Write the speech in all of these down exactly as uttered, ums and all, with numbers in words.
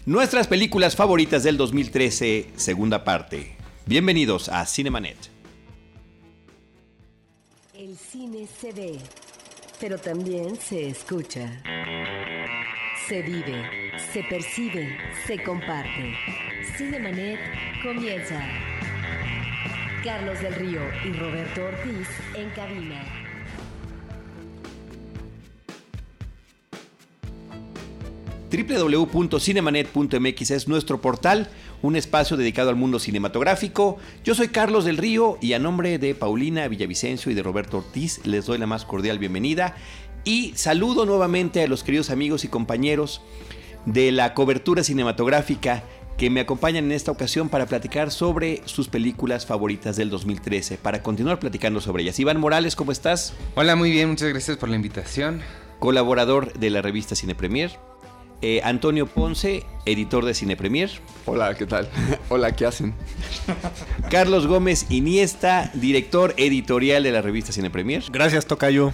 Nuestras películas favoritas del dos mil trece, segunda parte. Bienvenidos a Cinemanet. El cine se ve, pero también se escucha. Se vive, se percibe, se comparte. Cinemanet comienza. Carlos del Río y Roberto Ortiz en cabina. doble u doble u doble u punto cinemanet punto m x es nuestro portal, un espacio dedicado al mundo cinematográfico. Yo soy Carlos del Río y a nombre de Paulina Villavicencio y de Roberto Ortiz les doy la más cordial bienvenida y saludo nuevamente a los queridos amigos y compañeros de la cobertura cinematográfica que me acompañan en esta ocasión para platicar sobre sus películas favoritas del dos mil trece, para continuar platicando sobre ellas. Iván Morales, ¿cómo estás? Hola, muy bien, muchas gracias por la invitación. Colaborador de la revista Cine Premier. Eh, Antonio Ponce, editor de Cine Premier. Hola, ¿qué tal? Hola, ¿qué hacen? Carlos Gómez Iniesta, director editorial de la revista Cine Premier. Gracias, tocayo.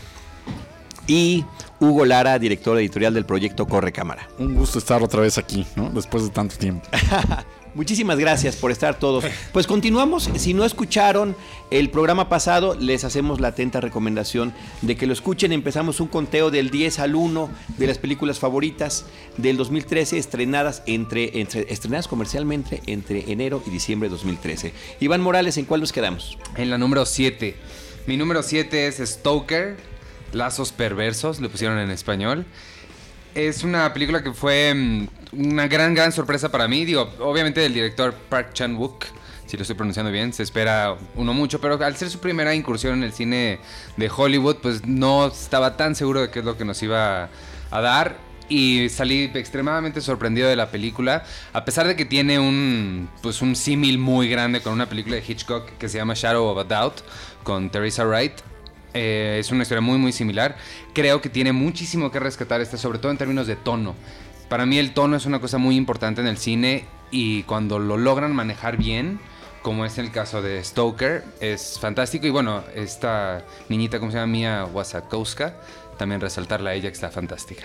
Y Hugo Lara, director editorial del proyecto Corre Cámara. Un gusto estar otra vez aquí, ¿no? Después de tanto tiempo. Muchísimas gracias por estar todos. Pues continuamos. Si no escucharon el programa pasado, les hacemos la atenta recomendación de que lo escuchen. Empezamos un conteo del diez al uno de las películas favoritas del dos mil trece, estrenadas entre, entre estrenadas comercialmente entre enero y diciembre de dos mil trece. Iván Morales, ¿en cuál nos quedamos? En la número siete. Mi número siete es Stoker, Lazos Perversos, le pusieron en español. Es una película que fue una gran, gran sorpresa para mí. Digo, obviamente del director Park Chan-wook, si lo estoy pronunciando bien, se espera uno mucho, pero al ser su primera incursión en el cine de Hollywood, pues no estaba tan seguro de qué es lo que nos iba a dar. Y salí extremadamente sorprendido de la película, a pesar de que tiene un, pues un símil muy grande con una película de Hitchcock que se llama Shadow of a Doubt, con Teresa Wright. Eh, es una historia muy muy similar. Creo que tiene muchísimo que rescatar esta, sobre todo en términos de tono. Para mí el tono es una cosa muy importante en el cine y cuando lo logran manejar bien, como es el caso de Stoker, es fantástico. Y bueno, esta niñita, ¿cómo se llama? Mia Wasikowska, también resaltarla a ella, que está fantástica.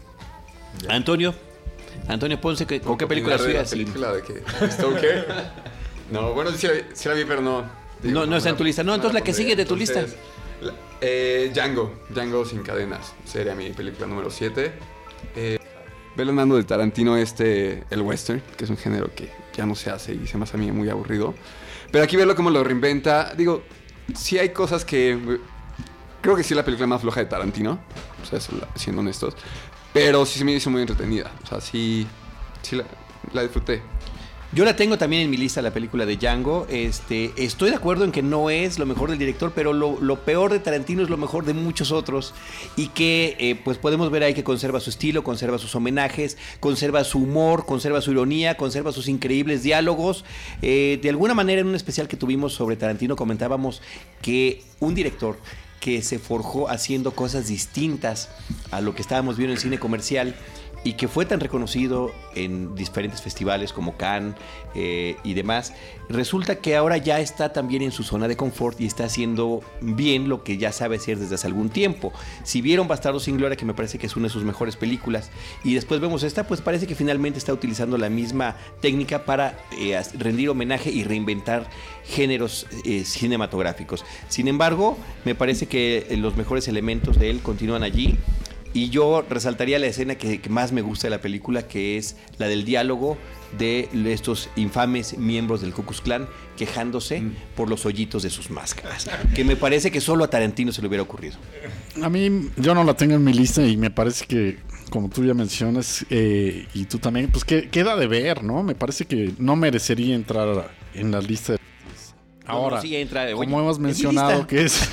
Antonio, Antonio Ponce, ¿con qué película suya? La película de que Stoker. No, bueno, sí la, vi, sí la vi, pero no. Digo, no, no está en tu lista. No, entonces la que sigue de tu lista. La, eh, Django, Django sin cadenas, sería mi película número siete. Eh, Velo andando de Tarantino, este, el western, que es un género que ya no se hace y se me hace a mí muy aburrido. Pero aquí verlo como lo reinventa, digo, sí hay cosas que... Creo que sí es la película más floja de Tarantino, o sea, siendo honestos. Pero sí se me hizo muy entretenida, o sea, sí, sí la, la disfruté. Yo la tengo también en mi lista, la película de Django. Este, estoy de acuerdo en que no es lo mejor del director, pero lo, lo peor de Tarantino es lo mejor de muchos otros. Y que eh, pues podemos ver ahí que conserva su estilo, conserva sus homenajes, conserva su humor, conserva su ironía, conserva sus increíbles diálogos. Eh, de alguna manera, en un especial que tuvimos sobre Tarantino, comentábamos que un director que se forjó haciendo cosas distintas a lo que estábamos viendo en el cine comercial y que fue tan reconocido en diferentes festivales como Cannes eh, y demás, resulta que ahora ya está también en su zona de confort y está haciendo bien lo que ya sabe hacer desde hace algún tiempo. Si vieron Bastardos sin Gloria, que me parece que es una de sus mejores películas, y después vemos esta, pues parece que finalmente está utilizando la misma técnica para eh, rendir homenaje y reinventar géneros eh, cinematográficos. Sin embargo, me parece que los mejores elementos de él continúan allí. Y yo resaltaría la escena que, que más me gusta de la película, que es la del diálogo de estos infames miembros del Ku Klux Klan quejándose mm. por los hoyitos de sus máscaras, que me parece que solo a Tarantino se le hubiera ocurrido. A mí, yo no la tengo en mi lista y me parece que, como tú ya mencionas, eh, y tú también, pues que queda de ver, ¿no? Me parece que no merecería entrar en la lista de... Ahora, no, sí entra, oye, como hemos mencionado que es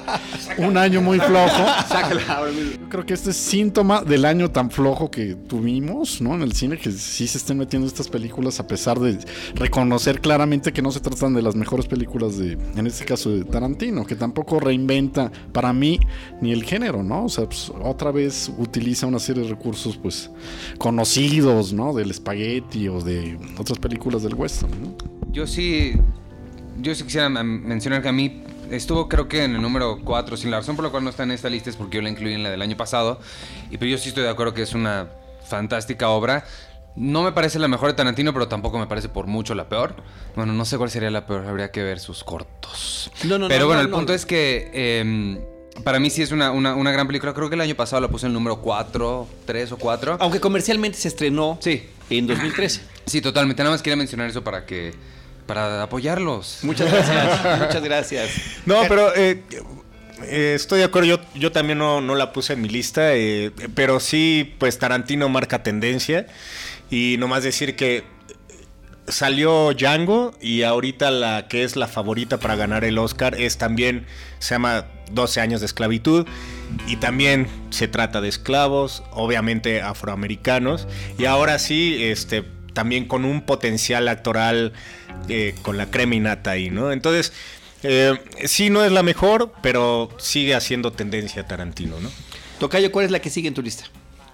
un año muy flojo, yo creo que este es síntoma del año tan flojo que tuvimos, ¿no? En el cine, que sí se estén metiendo estas películas a pesar de reconocer claramente que no se tratan de las mejores películas de, en este caso de Tarantino, que tampoco reinventa para mí ni el género, ¿no? O sea, pues, otra vez utiliza una serie de recursos pues conocidos, ¿no? Del espagueti o de otras películas del western, ¿no? Yo sí... Yo sí quisiera mencionar que a mí estuvo creo que en el número cuatro, sin la razón por la cual no está en esta lista es porque yo la incluí en la del año pasado, y pero yo sí estoy de acuerdo que es una fantástica obra. No me parece la mejor de Tarantino, pero tampoco me parece por mucho la peor. Bueno, no sé cuál sería la peor, habría que ver sus cortos. No, no, pero no, bueno, no, el no. punto es que eh, para mí sí es una, una, una gran película. Creo que el año pasado la puse en el número cuatro, tres o cuatro. Aunque comercialmente se estrenó Sí. en dos mil trece. Sí, totalmente. Nada más quería mencionar eso para que para apoyarlos. Muchas gracias, muchas gracias. No, pero eh, eh, estoy de acuerdo. Yo, yo también no, no la puse en mi lista, eh, pero sí, pues Tarantino marca tendencia. Y nomás decir que salió Django y ahorita la que es la favorita para ganar el Oscar es también, se llama doce años de esclavitud. Y también se trata de esclavos, obviamente afroamericanos. Y ahora sí, este, también con un potencial actoral eh, con la crema innata ahí, ¿no? Entonces, eh, sí no es la mejor, pero sigue haciendo tendencia Tarantino, ¿no? Tocayo, ¿cuál es la que sigue en tu lista?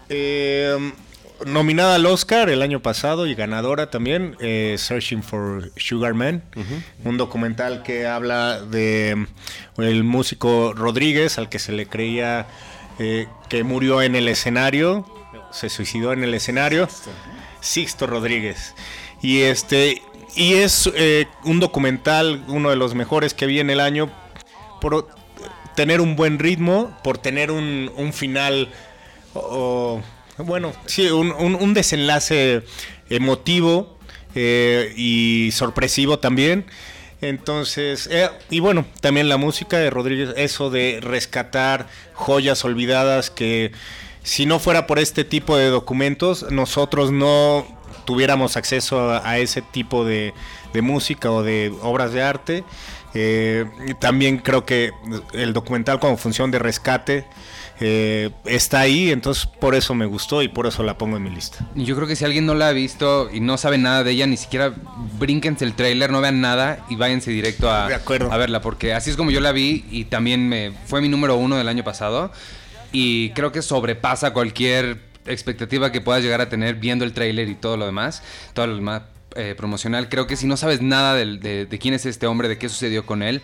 Eh, nominada al Oscar el año pasado y ganadora también, eh, Searching for Sugar Man, uh-huh. Un documental que habla de el músico Rodríguez, al que se le creía eh, que murió en el escenario, se suicidó en el escenario, Sixto Rodríguez. Y este y es eh, un documental, uno de los mejores que vi en el año, por tener un buen ritmo, por tener un, un final... Oh, bueno, sí, un, un, un desenlace emotivo eh, y sorpresivo también. Entonces, eh, y bueno, también la música de Rodríguez, eso de rescatar joyas olvidadas que si no fuera por este tipo de documentos, nosotros no tuviéramos acceso a, a ese tipo de, de música o de obras de arte. Eh, también creo que el documental como función de rescate eh, está ahí, entonces por eso me gustó y por eso la pongo en mi lista. Y yo creo que si alguien no la ha visto y no sabe nada de ella, ni siquiera brínquense el tráiler, no vean nada y váyanse directo a, De acuerdo. a verla, porque así es como yo la vi y también me fue mi número uno del año pasado y creo que sobrepasa cualquier expectativa que puedas llegar a tener viendo el tráiler y todo lo demás, todo lo demás eh, promocional. Creo que si no sabes nada de, de, de quién es este hombre, de qué sucedió con él,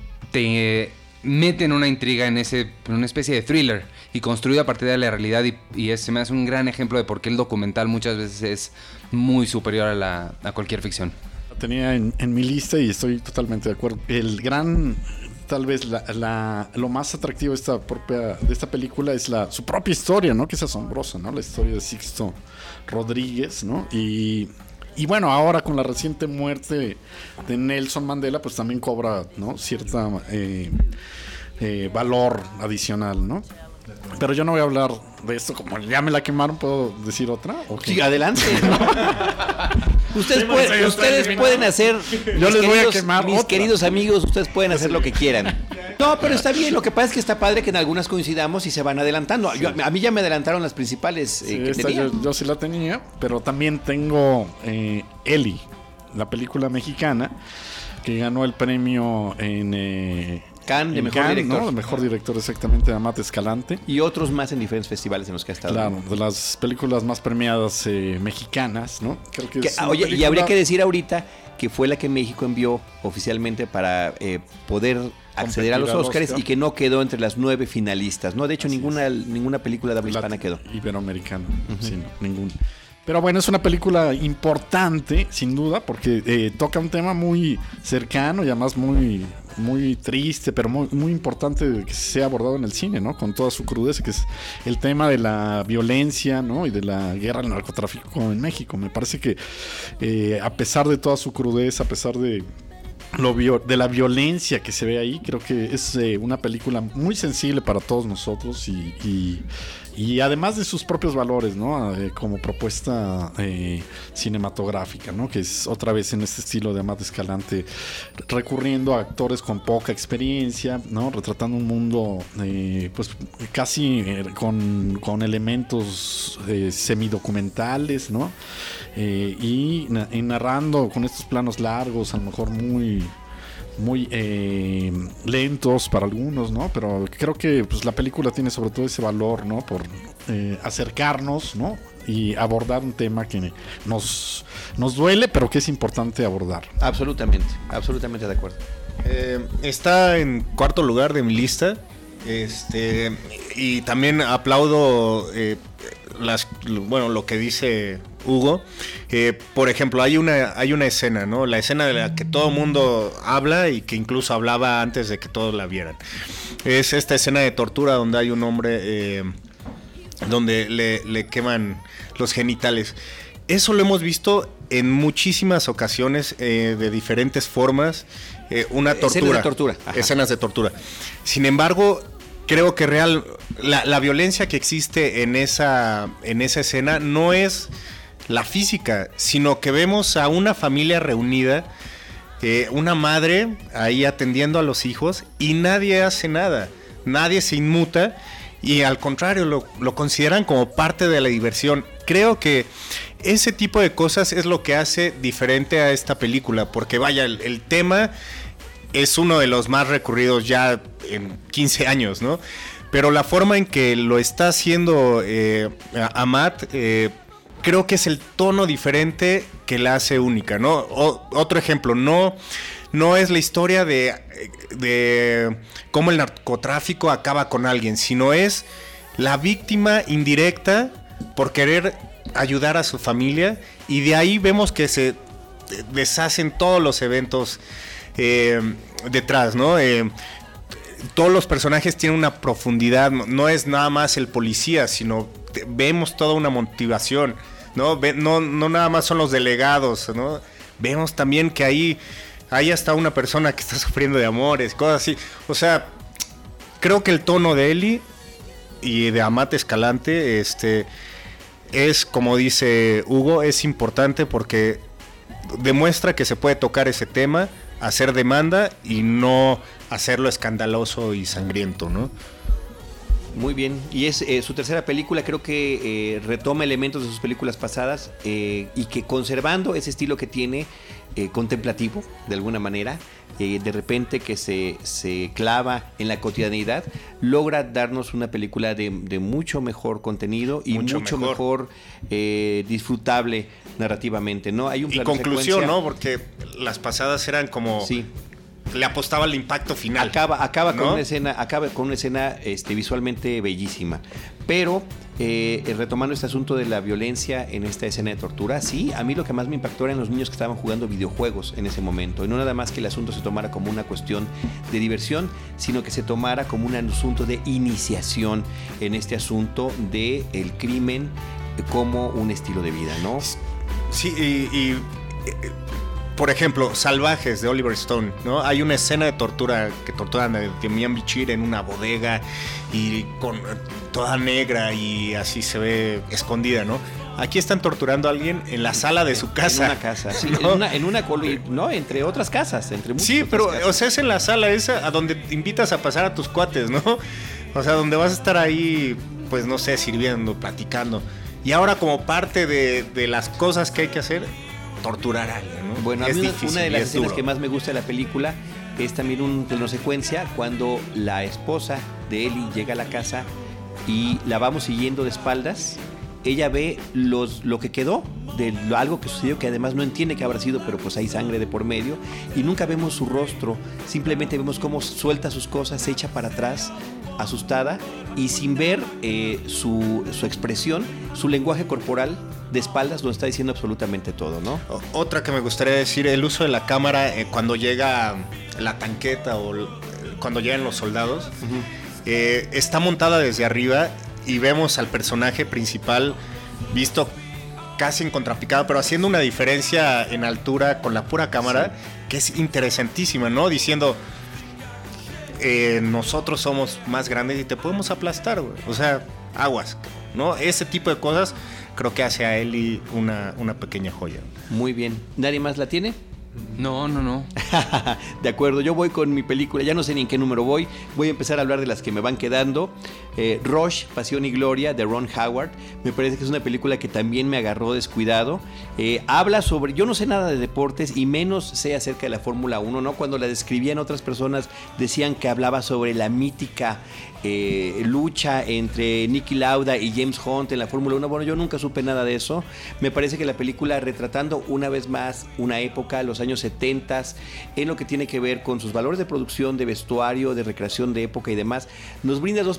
te mete en una intriga, en ese en una especie de thriller y construido a partir de la realidad y, y es, se me hace un gran ejemplo de por qué el documental muchas veces es muy superior a, la, a cualquier ficción. La tenía en, en mi lista y estoy totalmente de acuerdo. El gran... Tal vez la, la, lo más atractivo de esta, propia, de esta película es la, su propia historia, ¿no? Que es asombrosa, ¿no? La historia de Sixto Rodríguez, ¿no? Y, y bueno, ahora con la reciente muerte de Nelson Mandela, pues también cobra, ¿no? Cierta eh, eh, valor adicional, ¿no? Pero yo no voy a hablar de esto, como ya me la quemaron, ¿puedo decir otra? ¿Okay? Sí, adelante. Ustedes, Sí, pueden, bueno, ustedes sí, pueden hacer, Yo mis, les voy a queridos, quemar mis otra. queridos amigos, ustedes pueden hacer lo que quieran. No, pero está bien, lo que pasa es que está padre que en algunas coincidamos y se van adelantando. Yo, a mí ya me adelantaron las principales eh, Sí, que esta tenía. yo, yo sí la tenía, pero también tengo eh, Eli, la película mexicana que ganó el premio en... Eh, Cannes de en mejor Cannes, director. ¿no? De mejor director, exactamente, de Amat Escalante. Y otros más en diferentes festivales en los que ha estado. Claro, de las películas más premiadas eh, mexicanas, ¿no? Creo que Que, es ah, una oye, y película- habría que decir ahorita que fue la que México envió oficialmente para eh, poder acceder a los al Óscares Oscar. y que no quedó entre las nueve finalistas. No, de hecho, ninguna, ninguna película de habla hispana Lat- quedó. Iberoamericana, sí, no, ningún. Pero bueno, es una película importante, sin duda, porque eh, toca un tema muy cercano y además muy, muy triste, pero muy, muy importante que sea abordado en el cine, ¿no? Con toda su crudeza, que es el tema de la violencia, ¿no? Y de la guerra al narcotráfico en México. Me parece que eh, a pesar de toda su crudeza, a pesar de lo vio- de la violencia que se ve ahí, creo que es eh, una película muy sensible para todos nosotros y, y, y además de sus propios valores, ¿no? Eh, como propuesta eh, cinematográfica, ¿no? Que es otra vez en este estilo de Amat Escalante, recurriendo a actores con poca experiencia, ¿no? Retratando un mundo eh, pues casi eh, con, con elementos eh, semidocumentales, ¿no? Eh, y, na- y narrando con estos planos largos, a lo mejor muy muy eh, lentos para algunos, ¿no? Pero creo que pues la película tiene sobre todo ese valor, ¿no? Por eh, acercarnos, ¿no? Y abordar un tema que nos, nos duele, pero que es importante abordar. Absolutamente, absolutamente de acuerdo. Eh, está en cuarto lugar de mi lista. Este, y también aplaudo eh, las, bueno, lo que dice Hugo. Eh, por ejemplo, hay una, hay una escena, ¿no? La escena de la que todo el mundo habla y que incluso hablaba antes de que todos la vieran. Es esta escena de tortura donde hay un hombre eh, donde le, le queman los genitales. Eso lo hemos visto en muchísimas ocasiones, eh, de diferentes formas. Eh, una tortura. Escenas de tortura. Ajá. Escenas de tortura. Sin embargo, creo que real la, la violencia que existe en esa, en esa escena no es la física, sino que vemos a una familia reunida, eh, una madre ahí atendiendo a los hijos y nadie hace nada, nadie se inmuta y al contrario lo, lo consideran como parte de la diversión. Creo que ese tipo de cosas es lo que hace diferente a esta película, porque vaya, el, el tema es uno de los más recurridos ya en quince años, ¿no? Pero la forma en que lo está haciendo eh, Amat, eh, creo que es el tono diferente que la hace única, ¿no? O, otro ejemplo, no, no es la historia de, de cómo el narcotráfico acaba con alguien, sino es la víctima indirecta por querer ayudar a su familia, y de ahí vemos que se deshacen todos los eventos eh, detrás, ¿no? Eh, todos los personajes tienen una profundidad, no, no es nada más el policía, sino te, vemos toda una motivación, ¿no? Ve, no, no nada más son los delegados, ¿no? Vemos también que ahí hay hasta una persona que está sufriendo de amores, cosas así. O sea, creo que el tono de Eli y de Amat Escalante, este, es, como dice Hugo, es importante porque demuestra que se puede tocar ese tema, hacer demanda y no hacerlo escandaloso y sangriento, ¿no? Muy bien, y es eh, su tercera película, creo que eh, retoma elementos de sus películas pasadas eh, y que conservando ese estilo que tiene, eh, contemplativo, de alguna manera, eh, de repente que se, se clava en la cotidianidad, logra darnos una película de, de mucho mejor contenido y mucho, mucho mejor, mejor eh, disfrutable narrativamente, ¿no? Hay un y conclusión, ¿no? Porque las pasadas eran como... Sí. Le apostaba al impacto final. Acaba, acaba ¿no? con una escena, acaba con una escena este, visualmente bellísima. Pero eh, retomando este asunto de la violencia en esta escena de tortura, sí, a mí lo que más me impactó eran los niños que estaban jugando videojuegos en ese momento. Y no nada más que el asunto se tomara como una cuestión de diversión, sino que se tomara como un asunto de iniciación en este asunto del el crimen como un estilo de vida, ¿no? Sí, y... y eh, por ejemplo, Salvajes de Oliver Stone, ¿no? Hay una escena de tortura que torturan a Demian Bichir en una bodega y con toda negra y así se ve escondida, ¿no? Aquí están torturando a alguien en la sala de su casa. En una casa, sí, ¿no? en una, en una no, entre otras casas, entre muchas Sí, otras pero, casas. o sea, es en la sala esa a donde te invitas a pasar a tus cuates, ¿no? O sea, donde vas a estar ahí, pues no sé, sirviendo, platicando. Y ahora como parte de, de las cosas que hay que hacer, torturar a alguien, ¿no? Bueno, a es mí difícil, una de las es escenas duro. que más me gusta de la película es también un plano secuencia cuando la esposa de Eli llega a la casa y la vamos siguiendo de espaldas. Ella ve los, lo que quedó de lo, algo que sucedió, que además no entiende qué habrá sido, pero pues hay sangre de por medio, y nunca vemos su rostro, simplemente vemos cómo suelta sus cosas, se echa para atrás, asustada, y sin ver eh, su, su expresión, su lenguaje corporal de espaldas nos está diciendo absolutamente todo, ¿no? O- Otra que me gustaría decir, el uso de la cámara eh, cuando llega la tanqueta o l- cuando llegan los soldados, Uh-huh. eh, está montada desde arriba y vemos al personaje principal visto casi en contrapicada, pero haciendo una diferencia en altura con la pura cámara, sí, que es interesantísima, ¿no? Diciendo, eh, nosotros somos más grandes y te podemos aplastar, güey. O sea, aguas, ¿no? Ese tipo de cosas creo que hace a Eli una, una pequeña joya. Muy bien. ¿Nadie más la tiene? No, no, no. De acuerdo, yo voy con mi película, ya no sé ni en qué número voy, voy a empezar a hablar de las que me van quedando. eh, Rush, Pasión y Gloria, de Ron Howard, me parece que es una película que también me agarró descuidado. Eh, habla sobre, yo no sé nada de deportes y menos sé acerca de la Fórmula uno, ¿no? Cuando la describían otras personas decían que hablaba sobre la mítica eh, lucha entre Niki Lauda y James Hunt en la Fórmula uno. Bueno, yo nunca supe nada de eso. Me parece que la película, retratando una vez más una época, los años setenta, en lo que tiene que ver con sus valores de producción, de vestuario, de recreación de época y demás, nos brinda dos personajes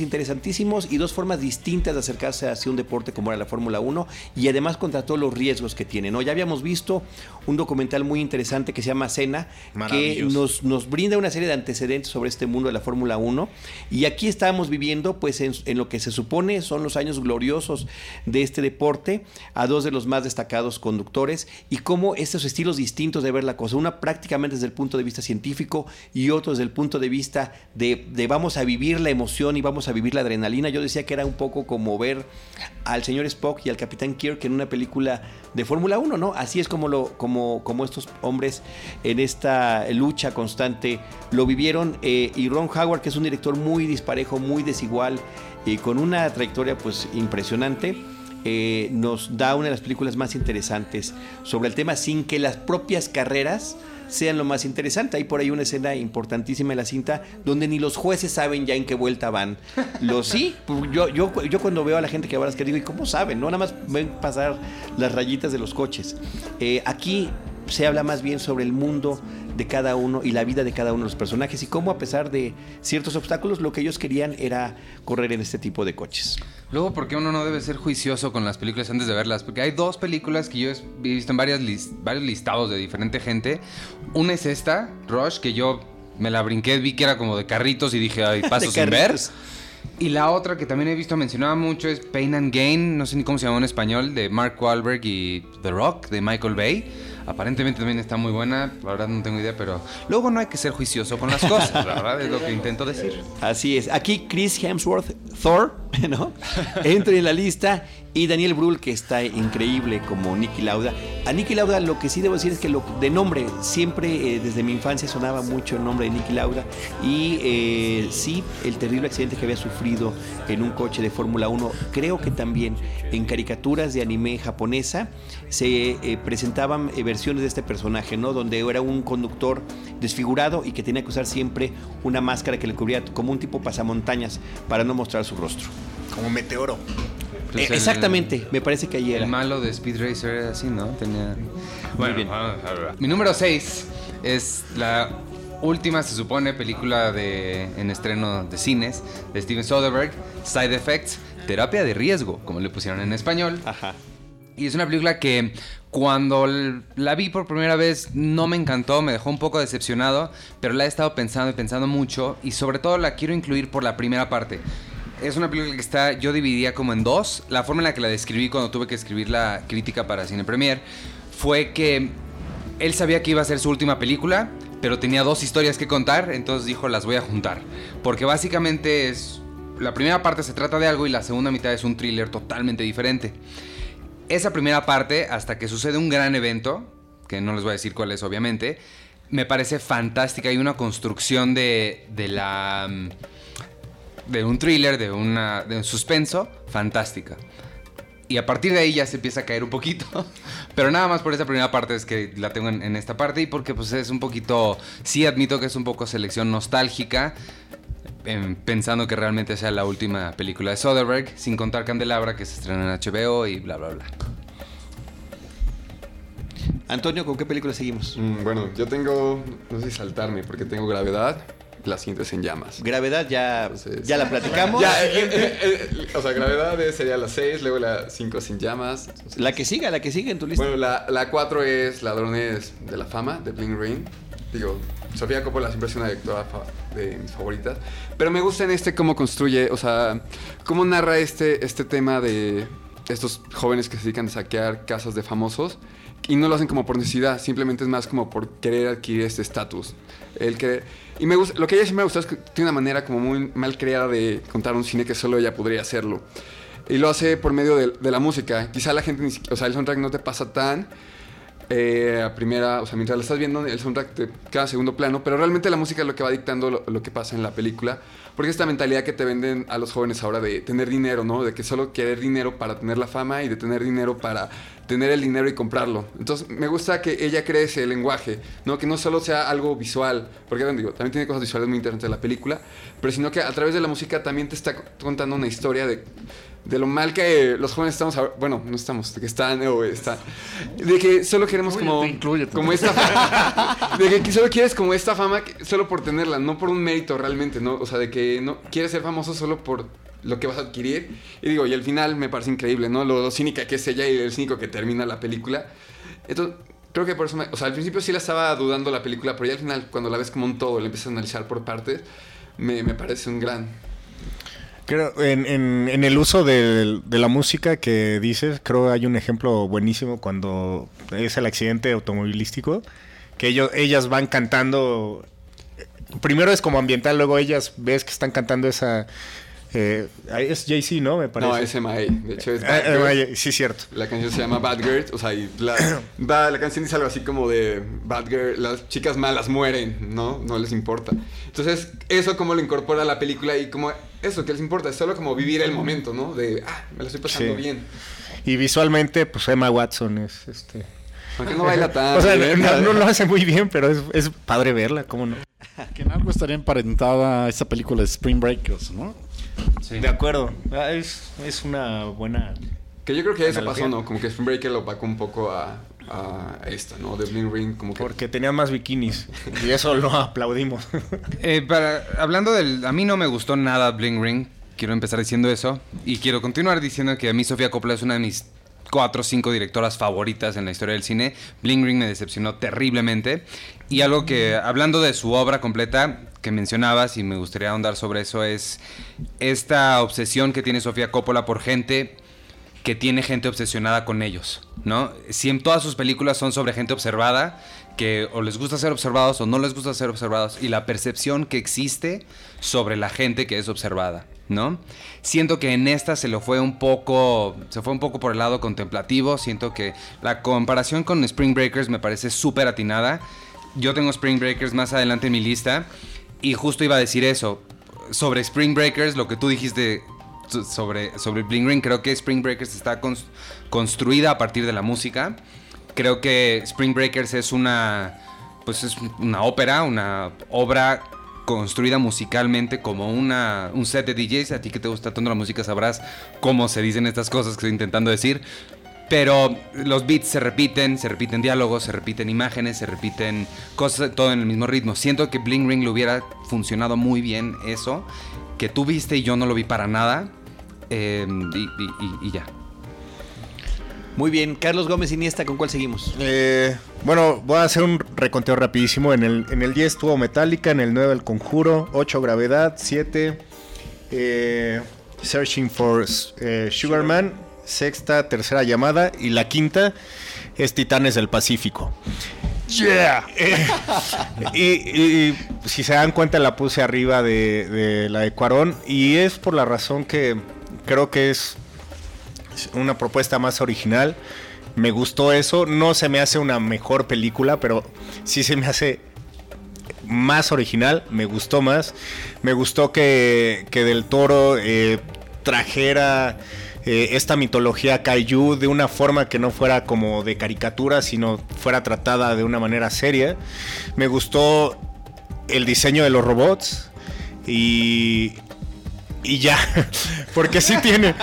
interesantísimos y dos formas distintas de acercarse hacia un deporte como era la Fórmula uno y además contra todos los riesgos que tiene, ¿no? Ya habíamos visto un documental muy interesante que se llama Senna, que nos, nos brinda una serie de antecedentes sobre este mundo de la Fórmula uno y aquí estamos viviendo pues en, en lo que se supone son los años gloriosos de este deporte, a dos de los más destacados conductores y cómo estos estilos distintos de ver la cosa, una prácticamente desde el punto de vista científico y otro desde el punto de vista de, de vamos a vivir la emoción y vamos a vivir la adrenalina. Yo decía que era un poco como ver al señor Spock y al capitán Kirk en una película de Fórmula uno, ¿no? Así es como, lo, como, como estos hombres en esta lucha constante lo vivieron eh, y Ron Howard, que es un director muy disparejo, muy desigual y con una trayectoria pues impresionante, eh, nos da una de las películas más interesantes sobre el tema sin que las propias carreras sean lo más interesante. Hay por ahí una escena importantísima en la cinta donde ni los jueces saben ya en qué vuelta van. Los sí, yo, yo, yo cuando veo a la gente que va a las que digo, ¿y cómo saben? No, nada más ven pasar las rayitas de los coches. Eh, aquí se habla más bien sobre el mundo de cada uno y la vida de cada uno de los personajes y cómo a pesar de ciertos obstáculos lo que ellos querían era correr en este tipo de coches. Luego, ¿por qué uno no debe ser juicioso con las películas antes de verlas? Porque hay dos películas que yo he visto en varias lis- varios listados de diferente gente. Una es esta, Rush, que yo me la brinqué, vi que era como de carritos y dije, ay, paso sin ver. Y la otra que también he visto mencionada mucho es Pain and Gain, no sé ni cómo se llama en español, de Mark Wahlberg y The Rock, de Michael Bay. Aparentemente también está muy buena, la verdad no tengo idea, pero luego no hay que ser juicioso con las cosas, la verdad es lo que intento decir. Así es. Aquí Chris Hemsworth, Thor, ¿no? Entra en la lista y Daniel Brühl, que está increíble como Niki Lauda. A Niki Lauda lo que sí debo decir es que lo, de nombre, siempre eh, desde mi infancia sonaba mucho el nombre de Niki Lauda y eh, sí, el terrible accidente que había sufrido en un coche de Fórmula uno, creo que también en caricaturas de anime japonesa se eh, presentaban eh, versiones de este personaje, ¿no? Donde era un conductor desfigurado y que tenía que usar siempre una máscara que le cubría como un tipo pasamontañas para no mostrar su rostro. Como Meteoro. Pues eh, exactamente, el, me parece que ahí era. El malo de Speed Racer era así, ¿no? Tenía... Muy bien. Mi número seis es la última, se supone, película de, en estreno de cines de Steven Soderbergh, Side Effects, Terapia de Riesgo, como le pusieron en español. Ajá. Y es una película que cuando la vi por primera vez no me encantó, me dejó un poco decepcionado, pero la he estado pensando y pensando mucho y sobre todo la quiero incluir por la primera parte. Es una película que está, yo dividía como en dos. La forma en la que la describí cuando tuve que escribir la crítica para Cine Premier fue que él sabía que iba a ser su última película, pero tenía dos historias que contar, entonces dijo, las voy a juntar. Porque básicamente es... La primera parte se trata de algo y la segunda mitad es un thriller totalmente diferente. Esa primera parte, hasta que sucede un gran evento, que no les voy a decir cuál es obviamente, me parece fantástica. Hay una construcción de, de la... de un thriller, de, una, de un suspenso, fantástica. Y a partir de ahí ya se empieza a caer un poquito. Pero nada más por esa primera parte es que la tengo en, en esta parte. Y porque pues es un poquito... Sí admito que es un poco selección nostálgica. Eh, pensando que realmente sea la última película de Soderbergh. Sin contar Candelabra, que se estrena en H B O y bla, bla, bla. Antonio, ¿con qué película seguimos? Mm, bueno, yo tengo... No sé si saltarme, porque tengo Gravedad. La siguiente es En Llamas. Gravedad ya, Entonces, ya la platicamos. Ya, eh, eh, eh, o sea, Gravedad sería la seis, luego la cinco es En Llamas. Entonces, La que siga, la que sigue en tu lista. bueno, la, la cuatro es Ladrones de la Fama, de Bling Ring. Digo, Sofía Coppola siempre es una directora fa- de mis favoritas. Pero me gusta en este cómo construye, o sea, cómo narra este, este tema de estos jóvenes que se dedican a saquear casas de famosos. Y no lo hacen como por necesidad, simplemente es más como por querer adquirir este estatus. El que y me gusta, lo que a ella siempre me gusta es que tiene una manera como muy mal creada de contar un cine que solo ella podría hacerlo. Y lo hace por medio de, de la música. Quizá la gente, ni siquiera, o sea, el soundtrack no te pasa tan eh, a primera, o sea, mientras la estás viendo, el soundtrack te queda en segundo plano, pero realmente la música es lo que va dictando lo, lo que pasa en la película. Porque esta mentalidad que te venden a los jóvenes ahora de tener dinero, ¿no? De que solo querer dinero para tener la fama y de tener dinero para tener el dinero y comprarlo. Entonces, me gusta que ella cree ese lenguaje, ¿no? Que no solo sea algo visual, porque bueno, digo, también tiene cosas visuales muy interesantes de la película, pero sino que a través de la música también te está contando una historia de, de lo mal que los jóvenes estamos, ahora, bueno, no estamos, de que están, o están, de que solo queremos como, Inclúyete. como esta fama, de que solo quieres como esta fama que, solo por tenerla, no por un mérito realmente, ¿no? O sea, de que no quieres ser famoso solo por lo que vas a adquirir. Y digo, y al final me parece increíble, ¿no? Lo, lo cínica que es ella y el cínico que termina la película. Entonces, creo que por eso me... O sea, al principio sí la estaba dudando la película, pero ya al final, cuando la ves como un todo, la empiezas a analizar por partes, me, me parece un gran... Creo, en, en, en el uso de, de la música que dices, creo hay un ejemplo buenísimo cuando es el accidente automovilístico, que ellos, ellas van cantando, primero es como ambiental, luego ellas ves que están cantando esa... Eh, es Jay-Z, ¿no? Me parece. No, es M I A. De hecho, es Bad Ah, Girl. M I A, sí, cierto. La canción se llama Bad Girl. O sea, y la, va- la canción dice algo así como de Bad Girl, las chicas malas mueren, ¿no? No les importa. Entonces, eso como lo incorpora a la película y como eso que les importa, es solo como vivir el momento, ¿no? De, ah, me lo estoy pasando Sí. bien. Y visualmente, pues Emma Watson es este... Aunque no baila tan O sea, bien, no, ¿verdad? no lo hace muy bien, pero es, es padre verla, ¿cómo no? Que en algo estaría emparentada esa película de Spring Breakers, ¿no? Sí. De acuerdo. Ah, es, es una buena... Que yo creo que eso Analogía. pasó, ¿no? Como que Spring Breaker lo opacó un poco a, a esta, ¿no? De Bling Ring, como que... Porque tenían más bikinis. Y eso lo aplaudimos. Eh, para, hablando del... A mí no me gustó nada Bling Ring. Quiero empezar diciendo eso. Y quiero continuar diciendo que a mí Sofía Coppola es una de mis cuatro o cinco directoras favoritas en la historia del cine. Bling Ring me decepcionó terriblemente. Y algo que, hablando de su obra completa, que mencionabas, y me gustaría ahondar sobre eso, es esta obsesión que tiene Sofía Coppola por gente que tiene gente obsesionada con ellos, ¿no? Si en todas sus películas son sobre gente observada, que o les gusta ser observados o no les gusta ser observados, y la percepción que existe sobre la gente que es observada, ¿no? Siento que en esta se lo fue un poco, se fue un poco por el lado contemplativo. Siento que la comparación con Spring Breakers me parece súper atinada. Yo tengo Spring Breakers más adelante en mi lista y justo iba a decir eso. Sobre Spring Breakers, lo que tú dijiste sobre, sobre Bling Ring, creo que Spring Breakers está cons- construida a partir de la música. Creo que Spring Breakers es una, pues es una ópera, una obra construida musicalmente como una, un set de D Js. A ti que te gusta tanto la música sabrás cómo se dicen estas cosas que estoy intentando decir. Pero los beats se repiten, se repiten diálogos, se repiten imágenes, se repiten cosas, todo en el mismo ritmo. Siento que Bling Ring le hubiera funcionado muy bien eso, que tú viste y yo no lo vi para nada. Eh, y, y- y- y ya. Muy bien, Carlos Gómez Iniesta, ¿con cuál seguimos? Eh, bueno, voy a hacer un reconteo rapidísimo. En el, en el diez estuvo Metallica, en el nueve El Conjuro, ocho Gravedad, siete eh, Searching for eh, Sugar Man, sexta Tercera Llamada y la quinta es Titanes del Pacífico. Yeah. Eh, y, y si se dan cuenta la puse arriba de, de la de Cuarón y es por la razón que creo que es una propuesta más original. Me gustó eso. No se me hace una mejor película, pero sí se me hace más original. Me gustó más. Me gustó que, que Del Toro eh, trajera eh, esta mitología kaiju de una forma que no fuera como de caricatura, sino fuera tratada de una manera seria. Me gustó el diseño de los robots y... Y ya, porque sí tiene,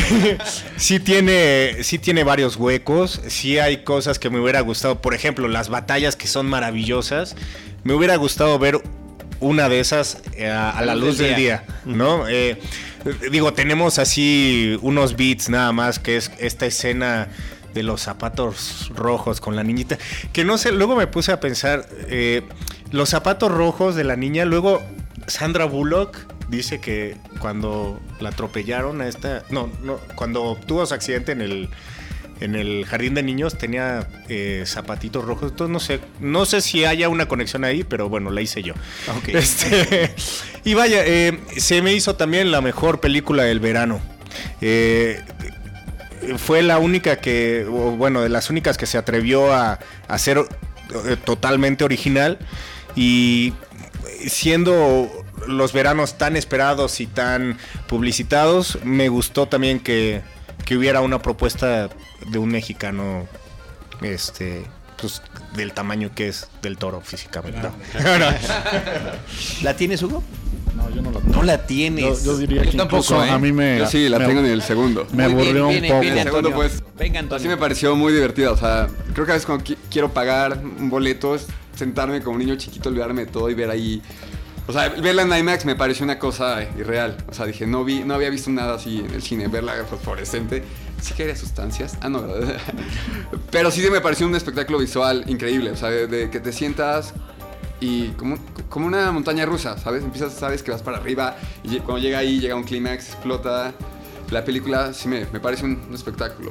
sí tiene, sí tiene varios huecos, sí hay cosas que me hubiera gustado, por ejemplo, las batallas que son maravillosas, me hubiera gustado ver una de esas eh, a, a la luz del día, ¿no? Eh, digo, tenemos así unos beats nada más, que es esta escena de los zapatos rojos con la niñita, que no sé, luego me puse a pensar, eh, los zapatos rojos de la niña, luego Sandra Bullock dice que cuando la atropellaron a esta... No, no, cuando tuvo su accidente en el, en el jardín de niños tenía eh, zapatitos rojos. Entonces no sé, no sé si haya una conexión ahí, pero bueno, la hice yo. Okay. Este, y vaya, eh, se me hizo también la mejor película del verano. Eh, fue la única que, o bueno, de las únicas que se atrevió a, a ser eh, totalmente original y siendo los veranos tan esperados y tan publicitados, me gustó también que, que hubiera una propuesta de un mexicano este pues del tamaño que es Del Toro físicamente. Claro. ¿La tienes, Hugo? No, yo no la tengo. No la tienes. Yo, yo diría que tampoco, incluso ¿eh? a mí me... Yo sí, la me- tengo en el segundo. Me Muy bien, aburrió viene, un poco. viene El segundo, Antonio. pues, Venga, Antonio. así me pareció muy divertida. O sea, creo que a veces cuando qui- quiero pagar un boleto, es sentarme como un niño chiquito, olvidarme de todo y ver ahí O sea, verla en IMAX me pareció una cosa irreal. O sea, dije, no vi, no había visto nada así en el cine. Verla fosforescente, sí que había sustancias. Ah, no, ¿verdad? Pero sí me pareció un espectáculo visual increíble. O sea, de, de que te sientas y como, como una montaña rusa, ¿sabes? Empiezas, sabes que vas para arriba y cuando llega ahí, llega un clímax, explota. La película sí me, me parece un, un espectáculo.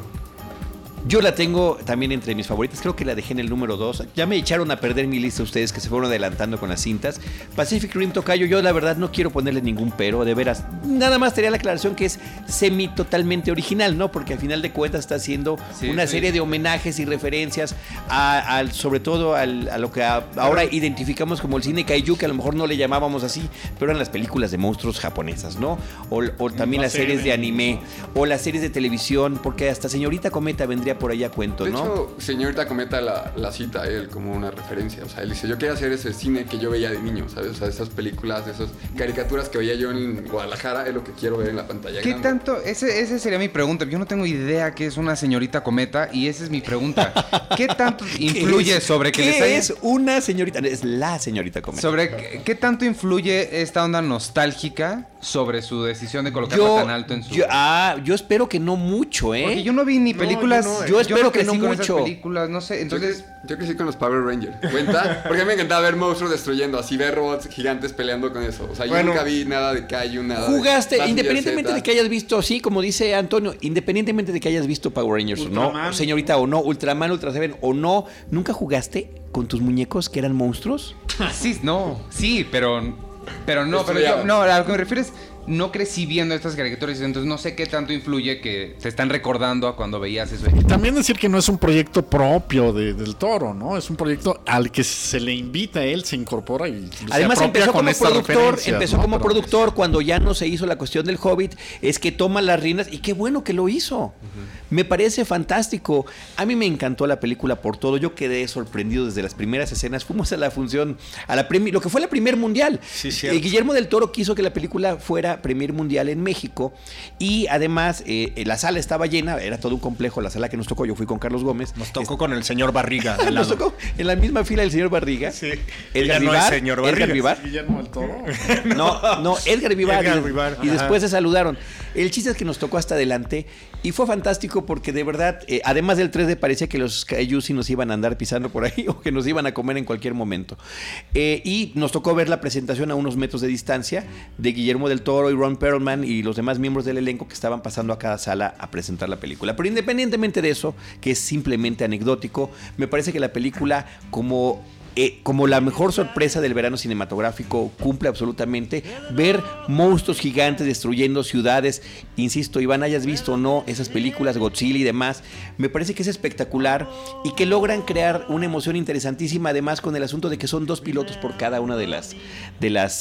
Yo la tengo también entre mis favoritas, creo que la dejé en el número dos. Ya me echaron a perder mi lista ustedes que se fueron adelantando con las cintas. Pacific Rim, tocayo, yo la verdad no quiero ponerle ningún pero, de veras. Nada más tenía la aclaración que es semi totalmente original, ¿no? Porque al final de cuentas está haciendo sí, una sí. serie de homenajes y referencias a, a sobre todo al, a lo que a, ahora identificamos como el cine kaiju, que a lo mejor no le llamábamos así, pero eran las películas de monstruos japonesas, ¿no? O, o también las series de anime, o las series de televisión, porque hasta Señorita Cometa vendría por allá cuento, ¿no? De hecho, Señorita Cometa la, la cita a él como una referencia. O sea, él dice, yo quiero hacer ese cine que yo veía de niño, ¿sabes? O sea, esas películas, esas caricaturas que veía yo en Guadalajara, es lo que quiero ver en la pantalla ¿Qué grande. tanto? Ese, ese sería mi pregunta. Yo no tengo idea qué es una Señorita Cometa y esa es mi pregunta. ¿Qué tanto influye es, sobre que ¿qué les haya... es una señorita? Es la Señorita Cometa. Sobre qué, qué tanto influye esta onda nostálgica sobre su decisión de colocarla yo, tan alto en su... Yo, ah, yo espero que no mucho, ¿eh? Porque yo no vi ni películas... No, yo, no, yo espero yo no que no con mucho. Esas películas, no sé, entonces... Yo, yo crecí con los Power Rangers, ¿cuenta? Porque a mí me encantaba ver monstruos destruyendo, así ver robots gigantes peleando con eso. O sea, bueno, yo nunca vi nada de Kaiju, nada Jugaste, de independientemente de que hayas visto, sí, como dice Antonio, independientemente de que hayas visto Power Rangers Ultraman. o no, Señorita o no, Ultraman, Ultra Seven o no, ¿nunca jugaste con tus muñecos que eran monstruos? Sí, no, sí, pero... Pero no, pero yo, no, a lo que me refiero es... No crecí viendo estas caricaturas, entonces no sé qué tanto influye que te están recordando a cuando veías eso. Y también decir que no es un proyecto propio de, del Toro, ¿no? Es un proyecto al que se le invita a él, se incorpora y se además empezó como productor, empezó ¿no? como Pero, productor cuando ya no se hizo la cuestión del Hobbit, es que toma las riendas y qué bueno que lo hizo. Uh-huh. Me parece fantástico. A mí me encantó la película por todo. Yo quedé sorprendido desde las primeras escenas. Fuimos a la función, a la premi- lo que fue la Premier Mundial. Sí, eh, Guillermo del Toro quiso que la película fuera Premier Mundial en México y además eh, la sala estaba llena, era todo un complejo la sala que nos tocó, yo fui con Carlos Gómez. Nos tocó es... con el señor Barriga. Nos tocó en la misma fila el señor Barriga. Sí. Edgar no Vivar, es señor Barriga. Edgar Vivar. Guillermo del Toro. No, no, Edgar Vivar. Edgar y, Vivar. y después se saludaron. El chiste es que nos tocó hasta adelante y fue fantástico porque de verdad, eh, además del tres D parecía que los kaiju sí nos iban a andar pisando por ahí o que nos iban a comer en cualquier momento. Eh, y nos tocó ver la presentación a unos metros de distancia de Guillermo del Toro y Ron Perlman y los demás miembros del elenco que estaban pasando a cada sala a presentar la película. Pero independientemente de eso, que es simplemente anecdótico, me parece que la película como... Eh, como la mejor sorpresa del verano cinematográfico cumple absolutamente ver monstruos gigantes destruyendo ciudades. Insisto, Iván, hayas visto o no esas películas, Godzilla y demás, me parece que es espectacular y que logran crear una emoción interesantísima, además con el asunto de que son dos pilotos por cada una de las de las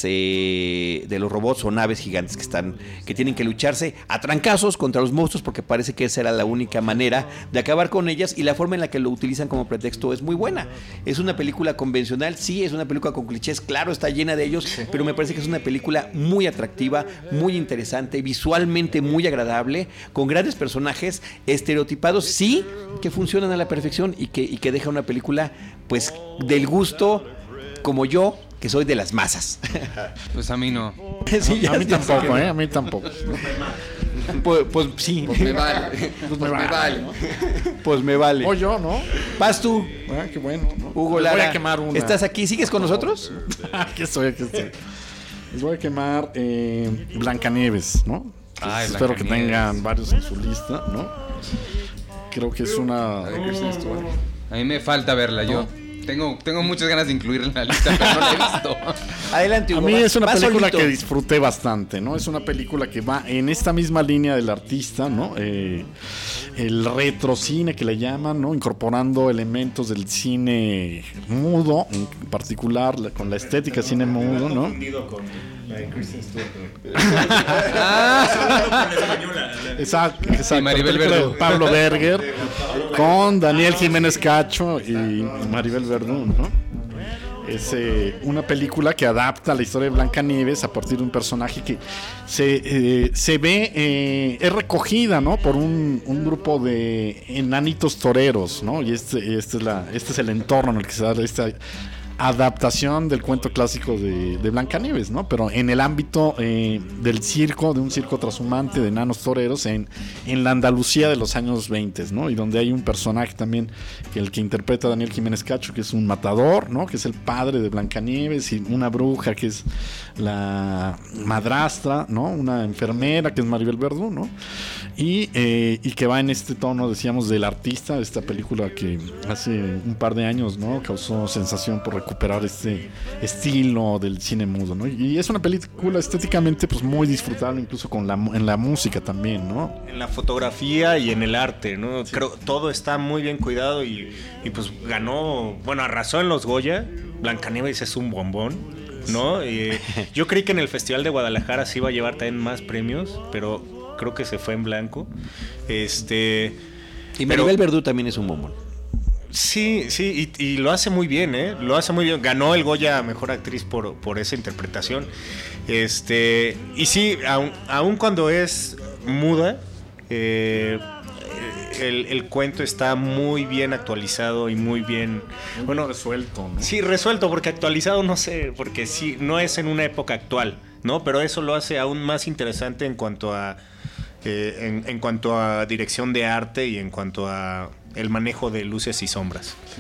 eh, de los robots o naves gigantes que están que tienen que lucharse a trancazos contra los monstruos, porque parece que esa era la única manera de acabar con ellas y la forma en la que lo utilizan como pretexto es muy buena. Es una película convencional, sí, es una película con clichés, claro, está llena de ellos, sí, pero me parece que es una película muy atractiva, muy interesante, visualmente muy agradable, con grandes personajes estereotipados, sí, que funcionan a la perfección y que, y que deja una película, pues, del gusto, como yo, que soy de las masas. Pues a mí no. Sí, ya, a mí ya tampoco, ¿eh? A mí tampoco. Pues, pues sí. Pues me vale. Pues me vale. Pues me vale. O yo, ¿no? Vas tú. Ah, qué bueno, ¿no? Hugo Les Lara. voy a quemar una. ¿Estás aquí? ¿Sigues con nosotros? Aquí estoy, aquí estoy. Les voy a quemar eh, Blancanieves, ¿no? Ay, espero que Blancanieves. tengan varios en su lista, ¿no? Creo que es una... A mí me falta verla, yo. Tengo, tengo muchas ganas de incluirla en la lista, pero no la he visto. Adelante, A Hugo. mí vas- es una vas película solito. que disfruté bastante, ¿no? Es una película que va en esta misma línea del artista, ¿no? Eh, el retrocine que le llaman, ¿no? Incorporando elementos del cine mudo, en particular la- con la estética cine mudo, ¿no? Exacto, exacto. Y Maribel La película de Verdú. Pablo Berger con Daniel Jiménez Cacho y Maribel Verdú, ¿no? Es eh, una película que adapta la historia de Blancanieves a partir de un personaje que se, eh, se ve, eh, es recogida, ¿no? Por un, un grupo de enanitos toreros, ¿no? Y este, este, es la, este es el entorno en el que se da esta adaptación del cuento clásico de, de Blancanieves, ¿no? Pero en el ámbito eh, del circo, de un circo trashumante de enanos toreros en, en la Andalucía de los años veinte, ¿no? Y donde hay un personaje también, que el que interpreta Daniel Jiménez Cacho, que es un matador, ¿no? Que es el padre de Blancanieves, y una bruja que es la madrastra, ¿no? Una enfermera que es Maribel Verdú, ¿no? Y, eh, y que va en este tono, decíamos, del artista, de esta película que hace un par de años, ¿no? Causó sensación por recuperar este estilo del cine mudo, ¿no? Y es una película estéticamente pues muy disfrutable, incluso con la, en la música también, ¿no? En la fotografía y en el arte, ¿no? Sí. Creo todo está muy bien cuidado y, y pues ganó, bueno, arrasó en los Goya. Blancanieves es un bombón, ¿no? Eh, yo creí que en el Festival de Guadalajara se iba a llevar también más premios, pero creo que se fue en blanco. Este y Maribel Verdú también es un bombón. Sí, sí, y, y lo hace muy bien, ¿eh? Lo hace muy bien. Ganó el Goya a Mejor Actriz por, por esa interpretación. Este, y sí, aun, aun cuando es muda, eh, el, el cuento está muy bien actualizado y muy bien... Muy bueno, resuelto, ¿no? Sí, resuelto, porque actualizado no sé, porque sí, no es en una época actual, ¿no? Pero eso lo hace aún más interesante en cuanto a... Eh, en, en cuanto a dirección de arte y en cuanto a el manejo de luces y sombras. Sí.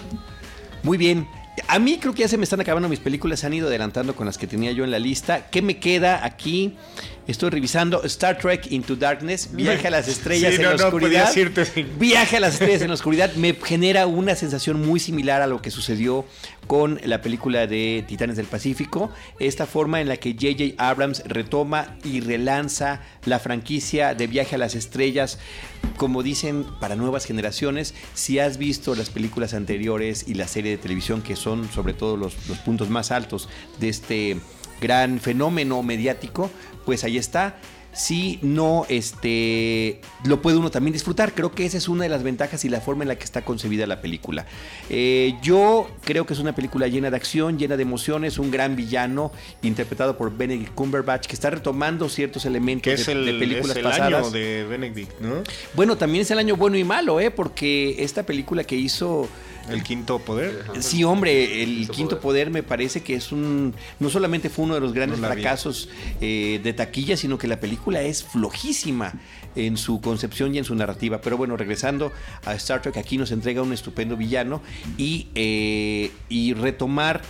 Muy bien. A mí creo que ya se me están acabando mis películas, se han ido adelantando con las que tenía yo en la lista. ¿Qué me queda aquí? Estoy revisando Star Trek Into Darkness, Viaje a las estrellas sí, en no, la oscuridad. No sí. Viaje a las estrellas en la oscuridad me genera una sensación muy similar a lo que sucedió con la película de Titanes del Pacífico. Esta forma en la que J J Abrams retoma y relanza la franquicia de Viaje a las estrellas, como dicen, para nuevas generaciones. Si has visto las películas anteriores y la serie de televisión, que son sobre todo los, los puntos más altos de este gran fenómeno mediático, pues ahí está. Si no, este, lo puede uno también disfrutar. Creo que esa es una de las ventajas y la forma en la que está concebida la película. Eh, yo creo que es una película llena de acción, llena de emociones, un gran villano interpretado por Benedict Cumberbatch, que está retomando ciertos elementos es de, el, de películas es el pasadas. Año de Benedict, ¿no? Bueno, también es el año bueno y malo, ¿eh? Porque esta película que hizo... El Quinto Poder. Sí, hombre, el Quinto, Quinto poder. poder me parece que es un... No solamente fue uno de los grandes no fracasos eh, de taquilla, sino que la película es flojísima en su concepción y en su narrativa. Pero bueno, regresando a Star Trek, aquí nos entrega un estupendo villano y, eh, y retomar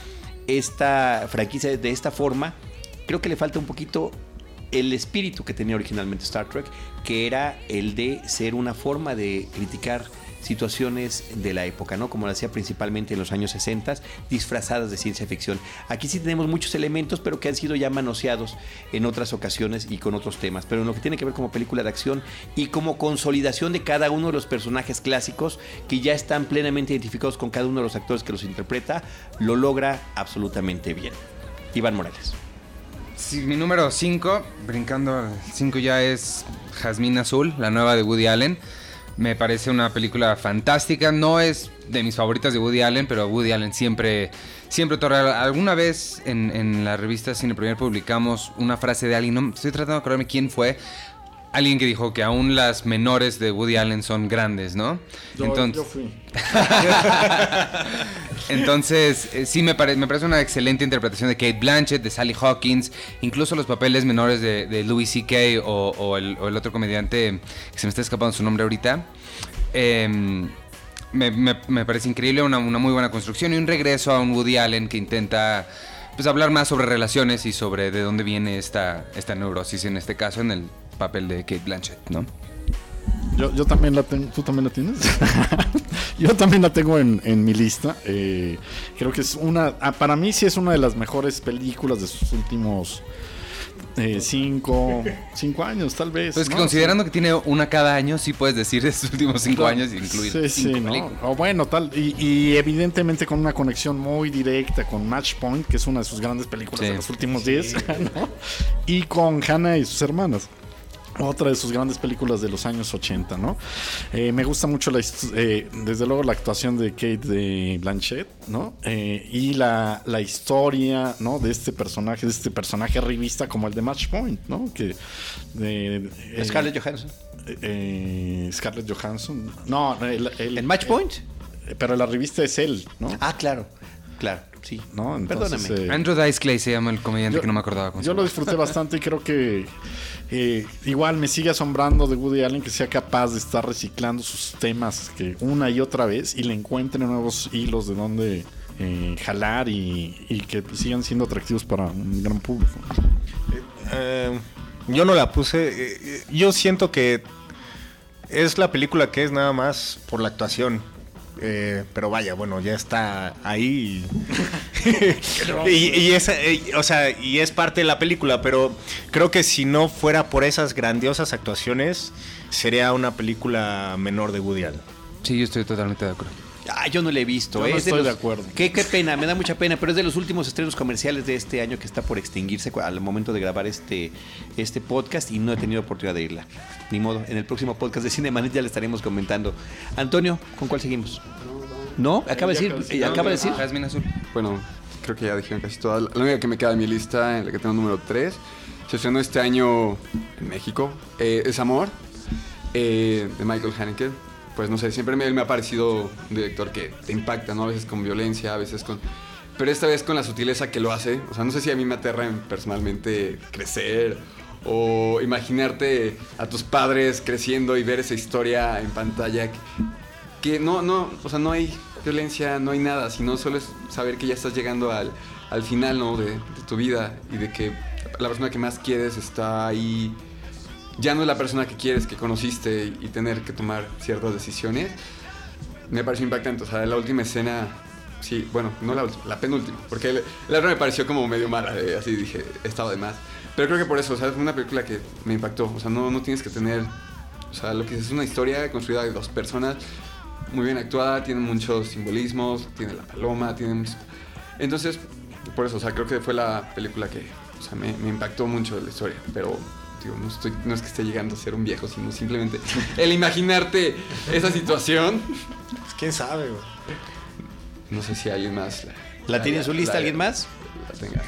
esta franquicia de esta forma, creo que le falta un poquito el espíritu que tenía originalmente Star Trek, que era el de ser una forma de criticar situaciones de la época, ¿no? Como lo hacía principalmente en los años sesenta, disfrazadas de ciencia ficción. Aquí sí tenemos muchos elementos, pero que han sido ya manoseados en otras ocasiones y con otros temas. Pero en lo que tiene que ver como película de acción y como consolidación de cada uno de los personajes clásicos que ya están plenamente identificados con cada uno de los actores que los interpreta, lo logra absolutamente bien. Iván Morales. Sí, mi número cinco, brincando al cinco ya es Jazmín Azul, la nueva de Woody Allen. Me parece una película fantástica. No es de mis favoritas de Woody Allen, pero Woody Allen siempre, siempre otorga. Alguna vez en, en la revista Cine Premier publicamos una frase de alguien, no, estoy tratando de acordarme quién fue, alguien que dijo que aún las menores de Woody Allen son grandes, ¿no? Yo, Entonces, yo fui. Entonces, eh, sí me, pare, me parece una excelente interpretación de Cate Blanchett, de Sally Hawkins, incluso los papeles menores de, de Louis C K o, o, el, o el otro comediante, que se me está escapando su nombre ahorita. Eh, me, me, me parece increíble, una, una muy buena construcción y un regreso a un Woody Allen que intenta pues, hablar más sobre relaciones y sobre de dónde viene esta, esta neurosis, en este caso en el papel de Cate Blanchett, ¿no? Yo, yo también la tengo. ¿Tú también la tienes? Yo también la tengo en, en mi lista. Eh, creo que es una... Para mí sí es una de las mejores películas de sus últimos eh, cinco, cinco años, tal vez. Pues ¿no? que considerando sí. que tiene una cada año, sí puedes decir de sus últimos cinco Claro. años y incluir sí, cinco sí, películas. ¿no? O bueno, tal. Y, y evidentemente con una conexión muy directa con Match Point, que es una de sus grandes películas Sí. de los últimos diez, ¿no? Y con Hannah y sus hermanas. Otra de sus grandes películas de los años ochenta, ¿no? Eh, me gusta mucho, la, eh, desde luego, la actuación de Cate de Blanchett, ¿no? Eh, y la, la historia, ¿no? De este personaje, de este personaje revista como el de Match Point, ¿no? Que, de, eh, Scarlett Johansson. Eh, Scarlett Johansson. No, el, el, ¿En Match Point? Eh, pero la revista es él, ¿no? Ah, claro. Claro, sí. ¿no? Entonces, Perdóname. eh, Andrew Dice Clay se llama el comediante yo- que no me acordaba cómo se Yo lo llama. disfruté bastante y creo que eh, igual me sigue asombrando de Woody Allen que sea capaz de estar reciclando sus temas que una y otra vez y le encuentren nuevos hilos de donde eh, jalar y, y que sigan siendo atractivos para un gran público. Eh, yo no la puse. eh, Yo siento que es la película que es nada más por la actuación. Eh, pero vaya, bueno, ya está ahí. Y, y, y es, eh, o sea, y es parte de la película, pero creo que si no fuera por esas grandiosas actuaciones, sería una película menor de Woody Allen. Sí, yo estoy totalmente de acuerdo. Ah, yo no la he visto. Yo no es estoy los- de acuerdo. Qué, qué pena, me da mucha pena, pero es de los últimos estrenos comerciales de este año que está por extinguirse cu- al momento de grabar este, este podcast y no he tenido oportunidad de irla. Ni modo, en el próximo podcast de Cinemanet ya le estaremos comentando. Antonio, ¿con cuál seguimos? ¿No? Acaba de decir, eh, acaba de decir. Jasmine Azul. Bueno, creo que ya dijeron casi todas. La única que me queda en mi lista, en la que tengo número tres, se estrenó este año en México. Eh, es Amor, eh, de Michael Haneke. Pues no sé, siempre me, me ha parecido un director que te impacta, ¿no? A veces con violencia, a veces con... Pero esta vez con la sutileza que lo hace. O sea, no sé si a mí me aterra en- personalmente crecer o imaginarte a tus padres creciendo y ver esa historia en pantalla. Que, que no, no, o sea, no hay violencia, no hay nada, sino solo es saber que ya estás llegando al, al final, ¿no? de, de tu vida y de que la persona que más quieres está ahí, ya no es la persona que quieres, que conociste y, y tener que tomar ciertas decisiones. Me pareció impactante, o sea, la última escena, sí, bueno, no la última, la penúltima, porque el- la otra me pareció como medio mala, eh, así dije, estaba de más. Pero creo que por eso, o sea, es una película que me impactó, o sea, no, no tienes que tener, o sea, lo que es una historia construida de dos personas, muy bien actuada, tiene muchos simbolismos, tiene la paloma, tiene muchos... Entonces, por eso, o sea, creo que fue la película que, o sea, me, me impactó mucho de la historia, pero... Digo, no, estoy, no es que esté llegando a ser un viejo, sino simplemente el imaginarte esa situación. Pues, ¿quién sabe, güey? No sé si alguien más la, ¿La tiene en su lista alguien más? La tenga.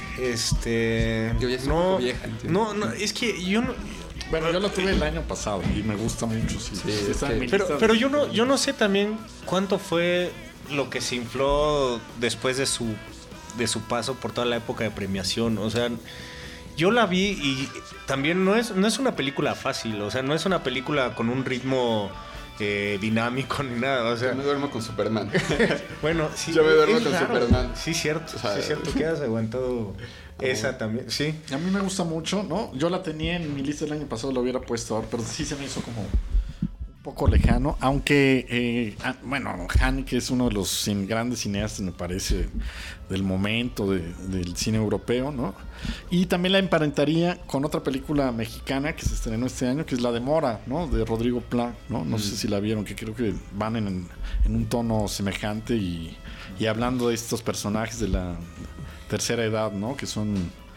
Este. Digo, ya es un no, poco vieja, entiendo. no, no, es que yo no. Bueno, yo lo tuve el año pasado y me gusta mucho. Sí, Sí, sí, está es en que- mi Pero, lista. pero yo no, yo no sé también cuánto fue lo que se infló después de su, de su paso por toda la época de premiación. O sea, yo la vi y también no es, no es una película fácil. O sea, no es una película con un ritmo eh, dinámico ni nada. O sea, Yo me duermo con Superman. bueno, sí. Yo me duermo es con raro. Superman. Sí, cierto. O sea, sí, cierto. Que has aguantado esa también. Sí. A mí me gusta mucho, ¿no? Yo la tenía en mi lista el año pasado, la hubiera puesto ahora, pero sí se me hizo como un poco lejano, aunque, eh, ah, bueno, Haneke es uno de los cin- grandes cineastas, me parece, del momento de- del cine europeo, ¿no? Y también la emparentaría con otra película mexicana que se estrenó este año, que es la de Mora, ¿no? De Rodrigo Pla, ¿no? No sé si la vieron, que creo que van en, en un tono semejante y, y hablando de estos personajes de la tercera edad, ¿no? Que son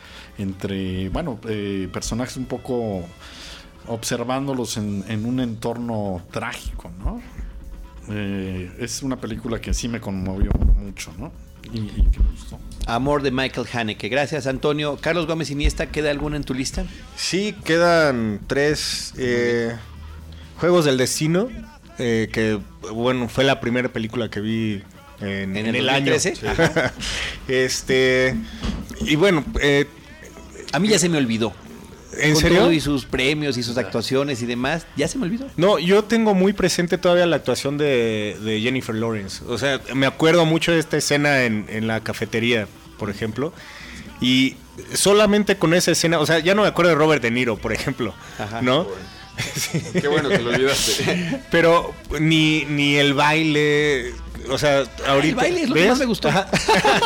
entre, bueno, eh, personajes un poco observándolos en, en un entorno trágico, ¿no? Eh, es una película que sí me conmovió mucho, ¿no? Y, y que me gustó. Amor de Michael Haneke. Gracias, Antonio. Carlos Gómez Iniesta, ¿queda alguna en tu lista? Sí, quedan tres eh, Juegos del Destino, eh, que bueno, fue la primera película que vi en, ¿En en el el año. dos mil trece? este y bueno, eh, A mí ya se me olvidó. ¿en Con serio? todo y sus premios y sus actuaciones y demás, ya se me olvidó. No, yo tengo muy presente todavía la actuación de, de Jennifer Lawrence. O sea, me acuerdo mucho de esta escena en, en la cafetería, por ejemplo. Y solamente con esa escena, o sea, ya no me acuerdo de Robert De Niro, por ejemplo, Ajá. ¿no? Qué bueno que lo olvidaste. Pero ni, ni el baile, o sea, ahorita... El baile es lo que ¿ves? más me gustó. Ajá.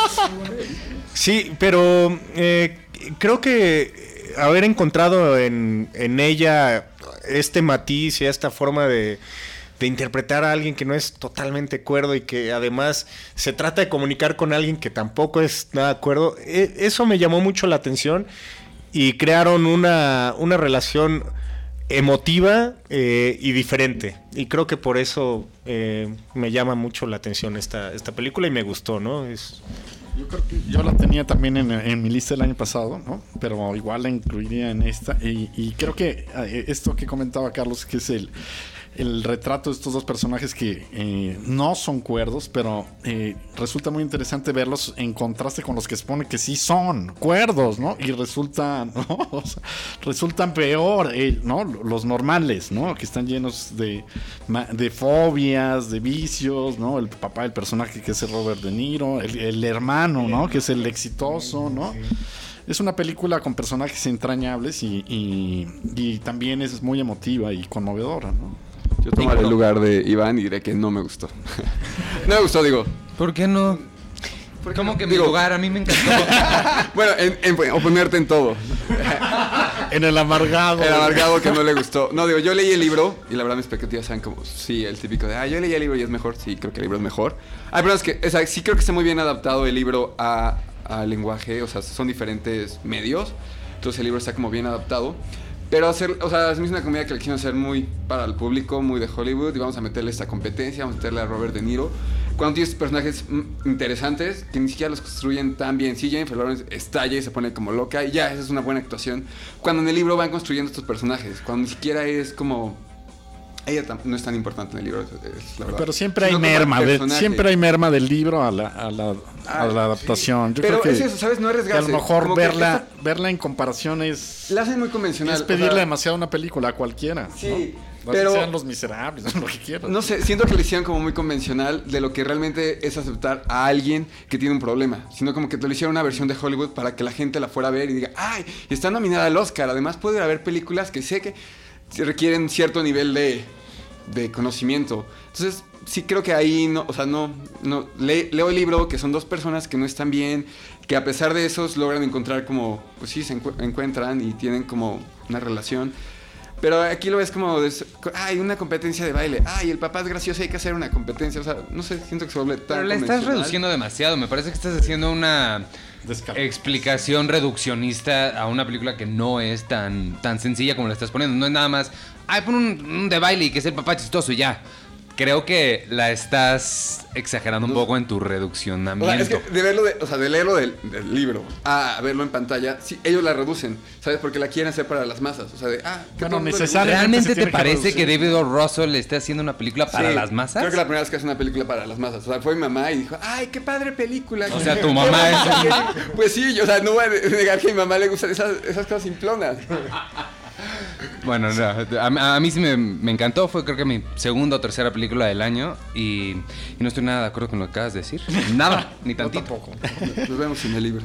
Sí, pero eh, creo que haber encontrado en, en ella este matiz y esta forma de, de interpretar a alguien que no es totalmente cuerdo y que además se trata de comunicar con alguien que tampoco es nada cuerdo, eh, eso me llamó mucho la atención y crearon una, una relación emotiva eh, y diferente. Y creo que por eso eh, me llama mucho la atención esta, esta película y me gustó, ¿no? Es... Yo creo que yo la tenía también en, en mi lista el año pasado, ¿no? Pero igual la incluiría en esta. Y, y creo que eh, esto que comentaba Carlos, que es el, el retrato de estos dos personajes que eh, no son cuerdos, pero eh, resulta muy interesante verlos en contraste con los que se supone que sí son cuerdos, ¿no? Y resultan, ¿no? O sea, resultan peor, eh, ¿no? Los normales, ¿no? Que están llenos de, de fobias, de vicios, ¿no? El papá del personaje que es el Robert De Niro, el, el hermano, ¿no? Que es el exitoso, ¿no? Es una película con personajes entrañables y, y, y también es muy emotiva y conmovedora, ¿no? Yo tomaré el lugar de Iván y diré que no me gustó. No me gustó, digo. ¿Por qué no? ¿Por qué ¿Cómo no? que Digo, mi lugar? A mí me encantó. Bueno, en, en, oponerte en todo. En el amargado. El amargado que no le gustó. No, digo, yo leí el libro y la verdad mis expectativas eran como, sí, el típico de, ah, yo leí el libro y es mejor. Sí, creo que el libro es mejor. Hay personas que, o sea, sí creo que está muy bien adaptado el libro a, a lenguaje, o sea, son diferentes medios. Entonces el libro está como bien adaptado. Pero hacer, o sea, es una comedia que le quisieron hacer muy para el público, muy de Hollywood, y vamos a meterle esta competencia, vamos a meterle a Robert De Niro. Cuando tienes personajes mm, interesantes que ni siquiera los construyen tan bien. Sí, Jennifer Lawrence estalla y se pone como loca, y ya, esa es una buena actuación. Cuando en el libro van construyendo estos personajes, cuando ni siquiera es como... Ella no es tan importante en el libro, es la verdad. Pero siempre hay Sino como merma, el de, personaje. siempre hay merma del libro a la, a la, a Ah, la adaptación. Yo Pero creo que, es eso, ¿sabes? No que a arriesgarse. lo mejor Como que verla, esta- verla en comparación es, La hacen muy convencional. es o pedirle sea, demasiado a una película a cualquiera. Sí, ¿no? pero- Así sean Los Miserables, lo que quieran. No sé, siento que le hicieron como muy convencional de lo que realmente es aceptar a alguien que tiene un problema. Sino como que te lo hicieron una versión de Hollywood para que la gente la fuera a ver y diga, ¡ay! Está nominada al Oscar. Además puedo ir a ver películas que sé que requieren cierto nivel de, de conocimiento. Entonces, sí creo que ahí no, o sea, no, no le- leo el libro, que son dos personas que no están bien, que a pesar de eso logran encontrar como, pues sí, se encu- encuentran y tienen como una relación. Pero aquí lo ves como, de, ay, una competencia de baile. Ay, el papá es gracioso, hay que hacer una competencia. O sea, no sé, siento que se vuelve tan Pero la estás convencional. reduciendo demasiado. Me parece que estás haciendo una Descar- explicación reduccionista a una película que no es tan, tan sencilla como la estás poniendo. No es nada más, ay, pon un, un de baile y que es el papá chistoso y ya. Creo que la estás exagerando un No. poco en tu O sea, reduccionamiento. es que de verlo, de, o sea, de leerlo del, del libro a verlo en pantalla, sí, ellos la reducen, ¿sabes? Porque la quieren hacer para las masas. O sea, de, ah, que Bueno, todo el mundo le guste. necesariamente ¿Realmente se te tiene que parece reducir. que David O. Russell esté haciendo una película para Sí, las masas? Creo que la primera vez que hace una película para las masas. O sea, fue mi mamá y dijo, ay, qué padre película. O sea, tu mamá es- Pues sí, yo, o sea, no voy a negar que a mi mamá le gustan esas, esas cosas simplonas. Bueno, no, a, a mí sí me, me encantó. Fue creo que mi segunda o tercera película del año. Y, y no estoy nada de acuerdo con lo que acabas de decir. Nada, ni Yo tantito. tampoco. Nos vemos en el libro.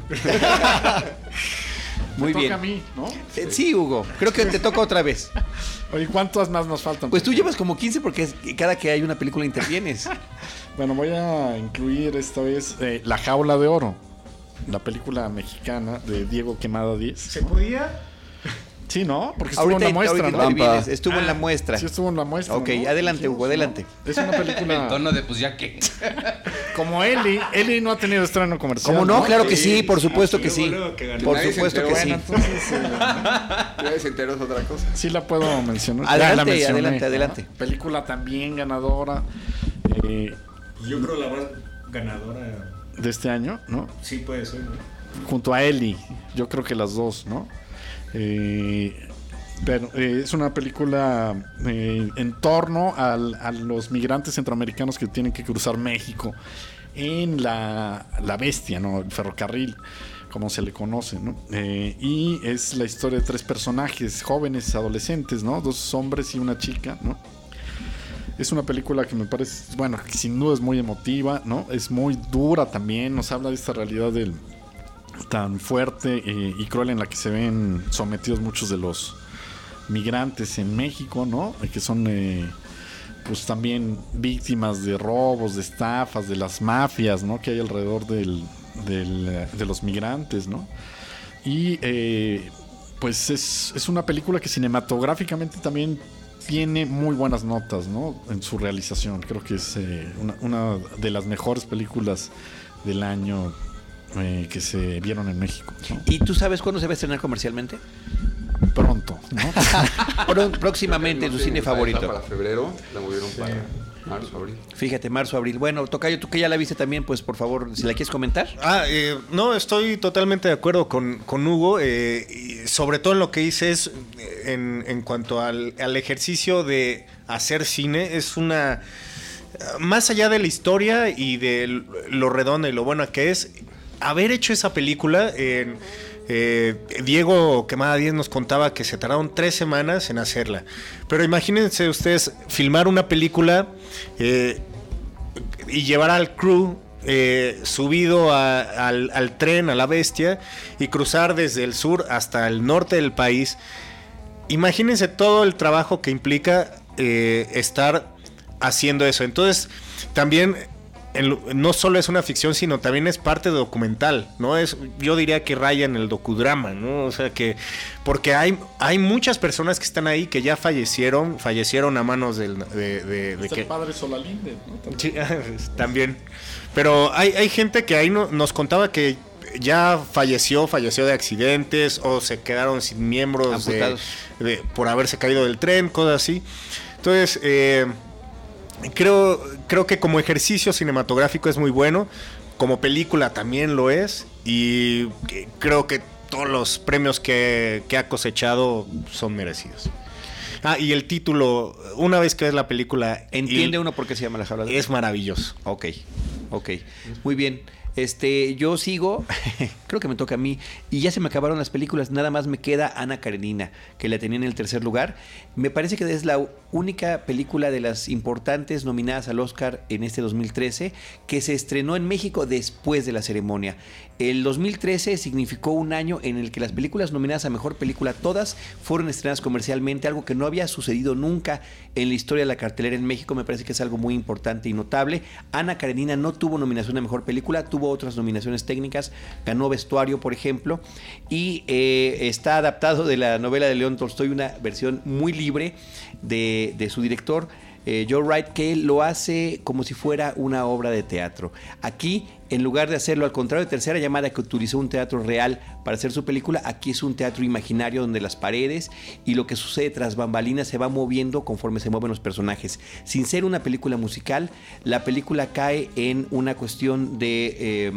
Muy Me bien. toca a mí, ¿no? Eh, Sí, Hugo. Creo que te toca otra vez. Oye, ¿cuántas más nos faltan? Pues tú llevas como quince porque es- cada que hay una película intervienes. Bueno, voy a incluir esta vez eh, La Jaula de Oro, la película mexicana de Diego Quemada Díez. ¿Se podía? Sí, ¿no? Porque estuvo Ahorita, en la muestra, ahorita ¿no? intervienes. Estuvo en la muestra. Sí, estuvo en la muestra. Ok, ¿no? adelante, Dijimos, Hugo, adelante. ¿no? Es una El película tono de pues ya que. como Eli. Eli no ha tenido estreno comercial. ¿Cómo no? Claro que Sí, sí, por supuesto sí, que sí. luego, luego que ganó. Por Nadie se supuesto que enteró. sí. Bueno, entonces eh, Ya se enteró es otra cosa. sí la puedo mencionar. Adelante, Ya la mencioné, adelante, ¿no? adelante. Película también ganadora eh, Yo creo la más ganadora de este año, ¿no? sí puede ser, ¿no? Junto a Eli. Yo creo que las dos, ¿no? Eh, pero eh, es una película eh, en torno al- a los migrantes centroamericanos que tienen que cruzar México en la, la bestia, ¿no? El ferrocarril, como se le conoce, ¿no? Eh, y es la historia de tres personajes jóvenes, adolescentes, ¿no? Dos hombres y una chica, ¿no? Es una película que me parece, bueno, que sin duda es muy emotiva, ¿no? Es muy dura también, nos habla de esta realidad del tan fuerte eh, y cruel en la que se ven sometidos muchos de los migrantes en México, ¿no? Que son eh, pues también víctimas de robos, de estafas, de las mafias, ¿no? Que hay alrededor del, del, de los migrantes, ¿no? Y eh, pues es, es una película que cinematográficamente también tiene muy buenas notas, ¿no? En su realización. Creo que es eh, una, una de las mejores películas del año eh, que se vieron en México, ¿no? ¿Y tú sabes cuándo se va a estrenar comercialmente? Pronto, ¿no? Pro- próximamente en No tu sé, cine está- está favorito. Para febrero, la movieron para... Marzo, abril. Fíjate, marzo, abril. Bueno, Tocayo, tú que ya la viste también, pues por favor, si la quieres comentar. Ah, eh, no, estoy totalmente de acuerdo con, con Hugo, eh, y sobre todo en lo que dices en, en cuanto al, al ejercicio de hacer cine. Es una... Más allá de la historia y de lo redonda y lo buena que es, haber hecho esa película... En, Eh, Diego Quemada Díez nos contaba que se tardaron tres semanas en hacerla. Pero imagínense ustedes filmar una película eh, y llevar al crew eh, subido a, al, al tren, a la bestia, y cruzar desde el sur hasta el norte del país. Imagínense todo el trabajo que implica eh, estar haciendo eso. Entonces, también... El, no solo es una ficción, sino también es parte documental, ¿no? Es, yo diría que raya en el docudrama, ¿no? O sea que, porque hay, hay muchas personas que están ahí que ya fallecieron, fallecieron a manos del, de, de, de es que... el padre Solalinde, ¿no? Sí, también. Pero hay, hay gente que ahí no, nos contaba que ya falleció, falleció de accidentes o se quedaron sin miembros de, de, por haberse caído del tren, cosas así. Entonces, eh... Creo, creo que como ejercicio cinematográfico es muy bueno, como película también lo es, y creo que todos los premios que, que ha cosechado son merecidos. Ah, y el título, una vez que ves la película... ¿Entiende uno por qué se llama La Jaula de Oro? Es maravilloso. Ok, ok, muy bien. Este, yo sigo, creo que me toca a mí, y ya se me acabaron las películas, nada más me queda Ana Karenina, que la tenía en el tercer lugar. Me parece que es la única película de las importantes nominadas al Oscar en este dos mil trece que se estrenó en México después de la ceremonia. El dos mil trece significó un año en el que las películas nominadas a Mejor Película todas fueron estrenadas comercialmente, algo que no había sucedido nunca en la historia de la cartelera en México. Me parece que es algo muy importante y notable. Ana Karenina no tuvo nominación a Mejor Película, tuvo otras nominaciones técnicas, ganó vestuario, por ejemplo, y eh, está adaptado de la novela de León Tolstoy, una versión muy libre de, de su director, eh, Joe Wright, que lo hace como si fuera una obra de teatro. Aquí, en lugar de hacerlo al contrario de Tercera Llamada, que utilizó un teatro real para hacer su película, aquí es un teatro imaginario donde las paredes y lo que sucede tras bambalinas se va moviendo conforme se mueven los personajes. Sin ser una película musical, la película cae en una cuestión de... Eh,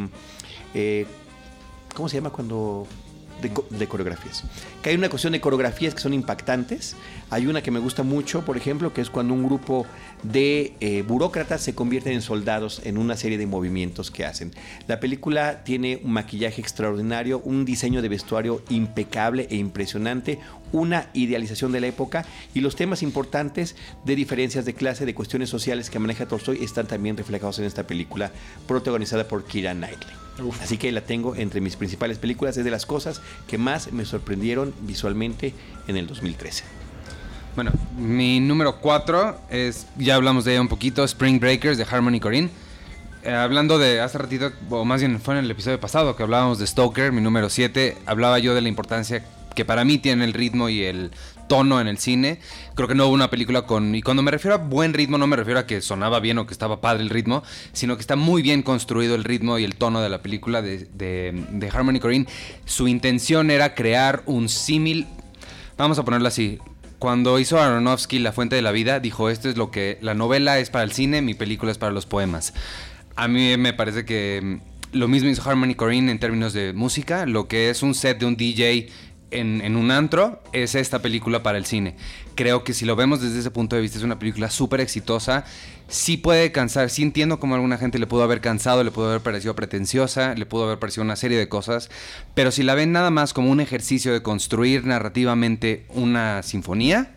eh, ¿cómo se llama cuando...? De, de coreografías. Que hay una cuestión de coreografías que son impactantes. Hay una que me gusta mucho, por ejemplo, que es cuando un grupo de eh, burócratas se convierten en soldados en una serie de movimientos que hacen. La película tiene un maquillaje extraordinario, un diseño de vestuario impecable e impresionante, una idealización de la época, y los temas importantes de diferencias de clase, de cuestiones sociales que maneja Tolstoy están también reflejados en esta película protagonizada por Keira Knightley. Uf. Así que la tengo entre mis principales películas, es de las cosas que más me sorprendieron visualmente en el dos mil trece. Bueno, mi número cuatro es, ya hablamos de ella un poquito, Spring Breakers de Harmony Korine. Eh, hablando de hace ratito, o más bien fue en el episodio pasado que hablábamos de Stoker, mi número siete, hablaba yo de la importancia que para mí tiene el ritmo y el tono en el cine. Creo que no hubo una película con... Y cuando me refiero a buen ritmo, no me refiero a que sonaba bien o que estaba padre el ritmo, sino que está muy bien construido el ritmo y el tono de la película de, de, de Harmony Korine. Su intención era crear un símil... Vamos a ponerlo así. Cuando hizo Aronofsky La Fuente de la Vida, dijo, esto es lo que... La novela es para el cine, mi película es para los poemas. A mí me parece que lo mismo hizo Harmony Korine en términos de música. Lo que es un set de un D J... En, en un antro, es esta película para el cine. Creo que si lo vemos desde ese punto de vista es una película súper exitosa. Sí puede cansar, sí entiendo cómo a alguna gente le pudo haber cansado, le pudo haber parecido pretenciosa, le pudo haber parecido una serie de cosas, pero si la ven nada más como un ejercicio de construir narrativamente una sinfonía,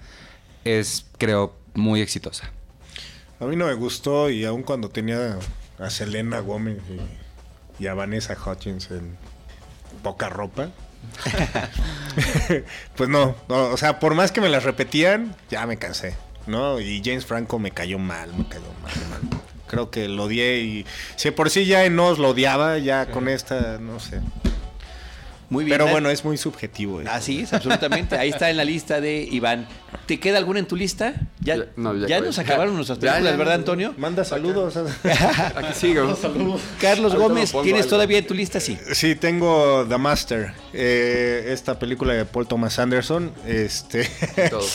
es, creo, muy exitosa. A mí no me gustó, y aun cuando tenía a Selena Gomez y, y a Vanessa Hudgens en poca ropa, pues no, no, o sea, por más que me las repetían, ya me cansé, ¿no? Y James Franco me cayó mal, me cayó mal, mal. Creo que lo odié, y si por sí ya en Oz lo odiaba, ya con esta, no sé. Muy bien. Pero bueno, es muy subjetivo. Así es, absolutamente. Ahí está en la lista de Iván. ¿Te queda alguna en tu lista? Ya, ya, no, ya, ya nos acabaron nuestras películas, ya, ya, ¿verdad, Antonio? Manda saludos. Aquí sigo. Carlos Gómez, ¿tienes algo. todavía en tu lista? Sí. Sí, tengo The Master, eh, esta película de Paul Thomas Anderson, este,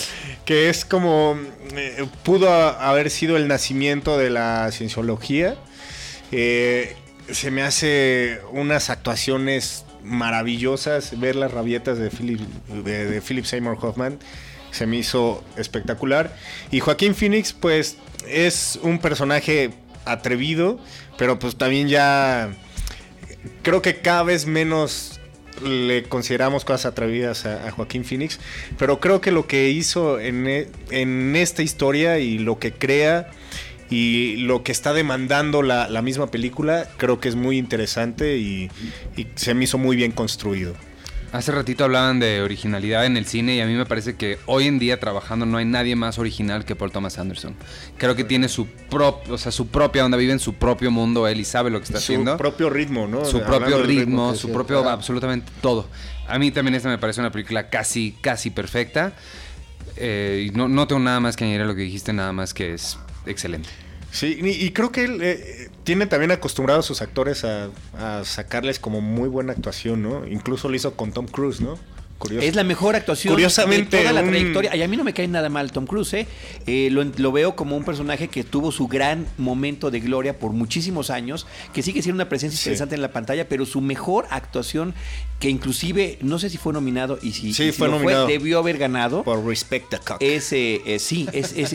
que es como eh, pudo haber sido el nacimiento de la cienciología. Eh, se me hace unas actuaciones maravillosas, ver las rabietas de Philip, de, de Philip Seymour Hoffman se me hizo espectacular. Y Joaquín Phoenix pues es un personaje atrevido, pero pues también ya creo que cada vez menos le consideramos cosas atrevidas a, a Joaquín Phoenix, pero creo que lo que hizo en, e, en esta historia y lo que crea y lo que está demandando la, la misma película, creo que es muy interesante y, y se me hizo muy bien construido. Hace ratito hablaban de originalidad en el cine y a mí me parece que hoy en día trabajando no hay nadie más original que Paul Thomas Anderson. Creo que tiene su, pro, o sea, su propia onda, vive en su propio mundo, él y sabe lo que está su haciendo. Su propio ritmo, ¿no? Su Hablando propio ritmo, ritmo su propio, ah. absolutamente todo. A mí también esta me parece una película casi, casi perfecta. Eh, y no, no tengo nada más que añadir a lo que dijiste, nada más que es excelente. Sí, y, y creo que él eh, tiene también acostumbrado a sus actores a, a sacarles como muy buena actuación, ¿no? Incluso lo hizo con Tom Cruise, ¿no? Curioso. Es la mejor actuación Curiosamente, de toda la un... trayectoria. Y a mí no me cae nada mal Tom Cruise, ¿eh? Eh, lo, lo veo como un personaje que tuvo su gran momento de gloria por muchísimos años, que sigue siendo una presencia sí. interesante en la pantalla, pero su mejor actuación, que inclusive, no sé si fue nominado, y si, sí, y si fue lo nominado fue, debió haber ganado. Por Respect the Cock. Es, eh, eh, sí, es... es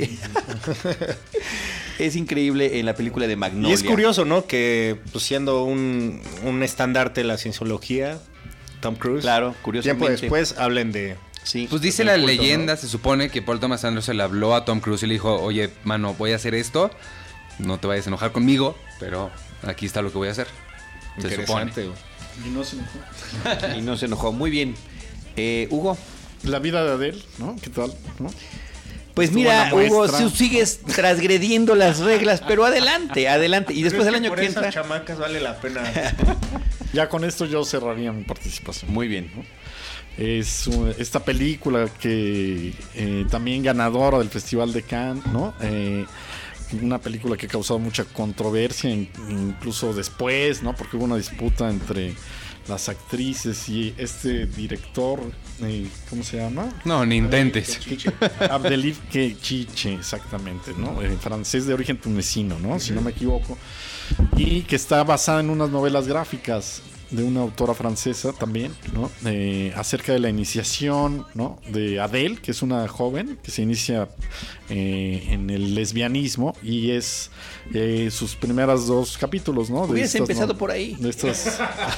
Es increíble en la película de Magnolia. Y es curioso, ¿no? Que pues, siendo un, un estandarte de la cienciología, Tom Cruise. Claro, curiosamente. Tiempo después hablen de... Sí. Pues dice la culto, leyenda, ¿no? Se supone que Paul Thomas Anderson le habló a Tom Cruise y le dijo, oye, mano, voy a hacer esto, no te vayas a enojar conmigo, pero aquí está lo que voy a hacer. Se supone. Y no se enojó. Y no se enojó. Muy bien. Eh, Hugo. La vida de Adele, ¿no? ¿Qué tal? ¿No? Pues mira, Hugo, si sigues transgrediendo las reglas, pero adelante, adelante. Y después del año por que esas entra... chamacas vale la pena. Ya con esto yo cerraría mi participación. Muy bien. ¿No? Es uh, esta película que eh, también ganadora del Festival de Cannes, ¿no? Eh, una película que ha causado mucha controversia, incluso después, ¿no? Porque hubo una disputa entre las actrices y este director, eh, ¿cómo se llama? No, ni intentes. Abdelif Kechiche, exactamente, ¿no? Eh, francés de origen tunecino, ¿no? Uh-huh. Si no me equivoco. Y que está basada en unas novelas gráficas de una autora francesa también, ¿no? Eh, acerca de la iniciación, ¿no? De Adele, que es una joven que se inicia eh, en el lesbianismo y es eh, sus primeras dos capítulos, ¿no? De Hubieras empezado no, por ahí. De estas,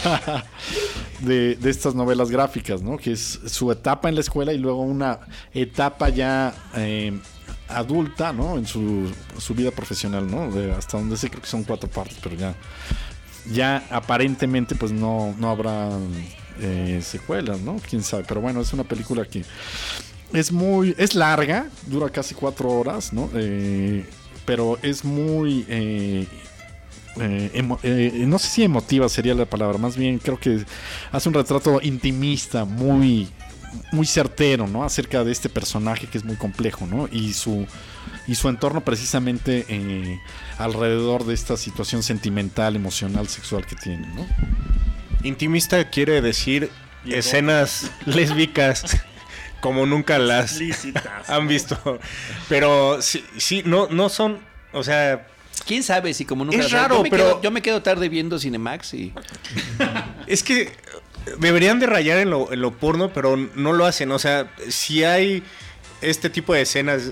de, de estas novelas gráficas, ¿no? Que es su etapa en la escuela y luego una etapa ya eh, adulta, ¿no? En su, su vida profesional, ¿no? De, hasta donde sé, creo que son cuatro partes, pero ya... Ya aparentemente pues no, no habrá eh, secuelas, ¿no? Quién sabe, pero bueno, es una película que es muy, es larga, dura casi cuatro horas, ¿no? Eh, pero es muy, eh, eh, emo, eh, no sé si emotiva sería la palabra, más bien creo que hace un retrato intimista, muy, muy certero, ¿no? Acerca de este personaje que es muy complejo, ¿no? Y su y su entorno precisamente eh, alrededor de esta situación sentimental, emocional, sexual que tiene, ¿no? Intimista quiere decir escenas lésbicas como nunca las explícitas, han visto. Pero sí, sí, no, no son, o sea... ¿Quién sabe si como nunca es las raro, yo me pero... Quedo, yo me quedo tarde viendo Cinemax y... Es que deberían de rayar en lo, en lo porno, pero no lo hacen. O sea, si hay este tipo de escenas...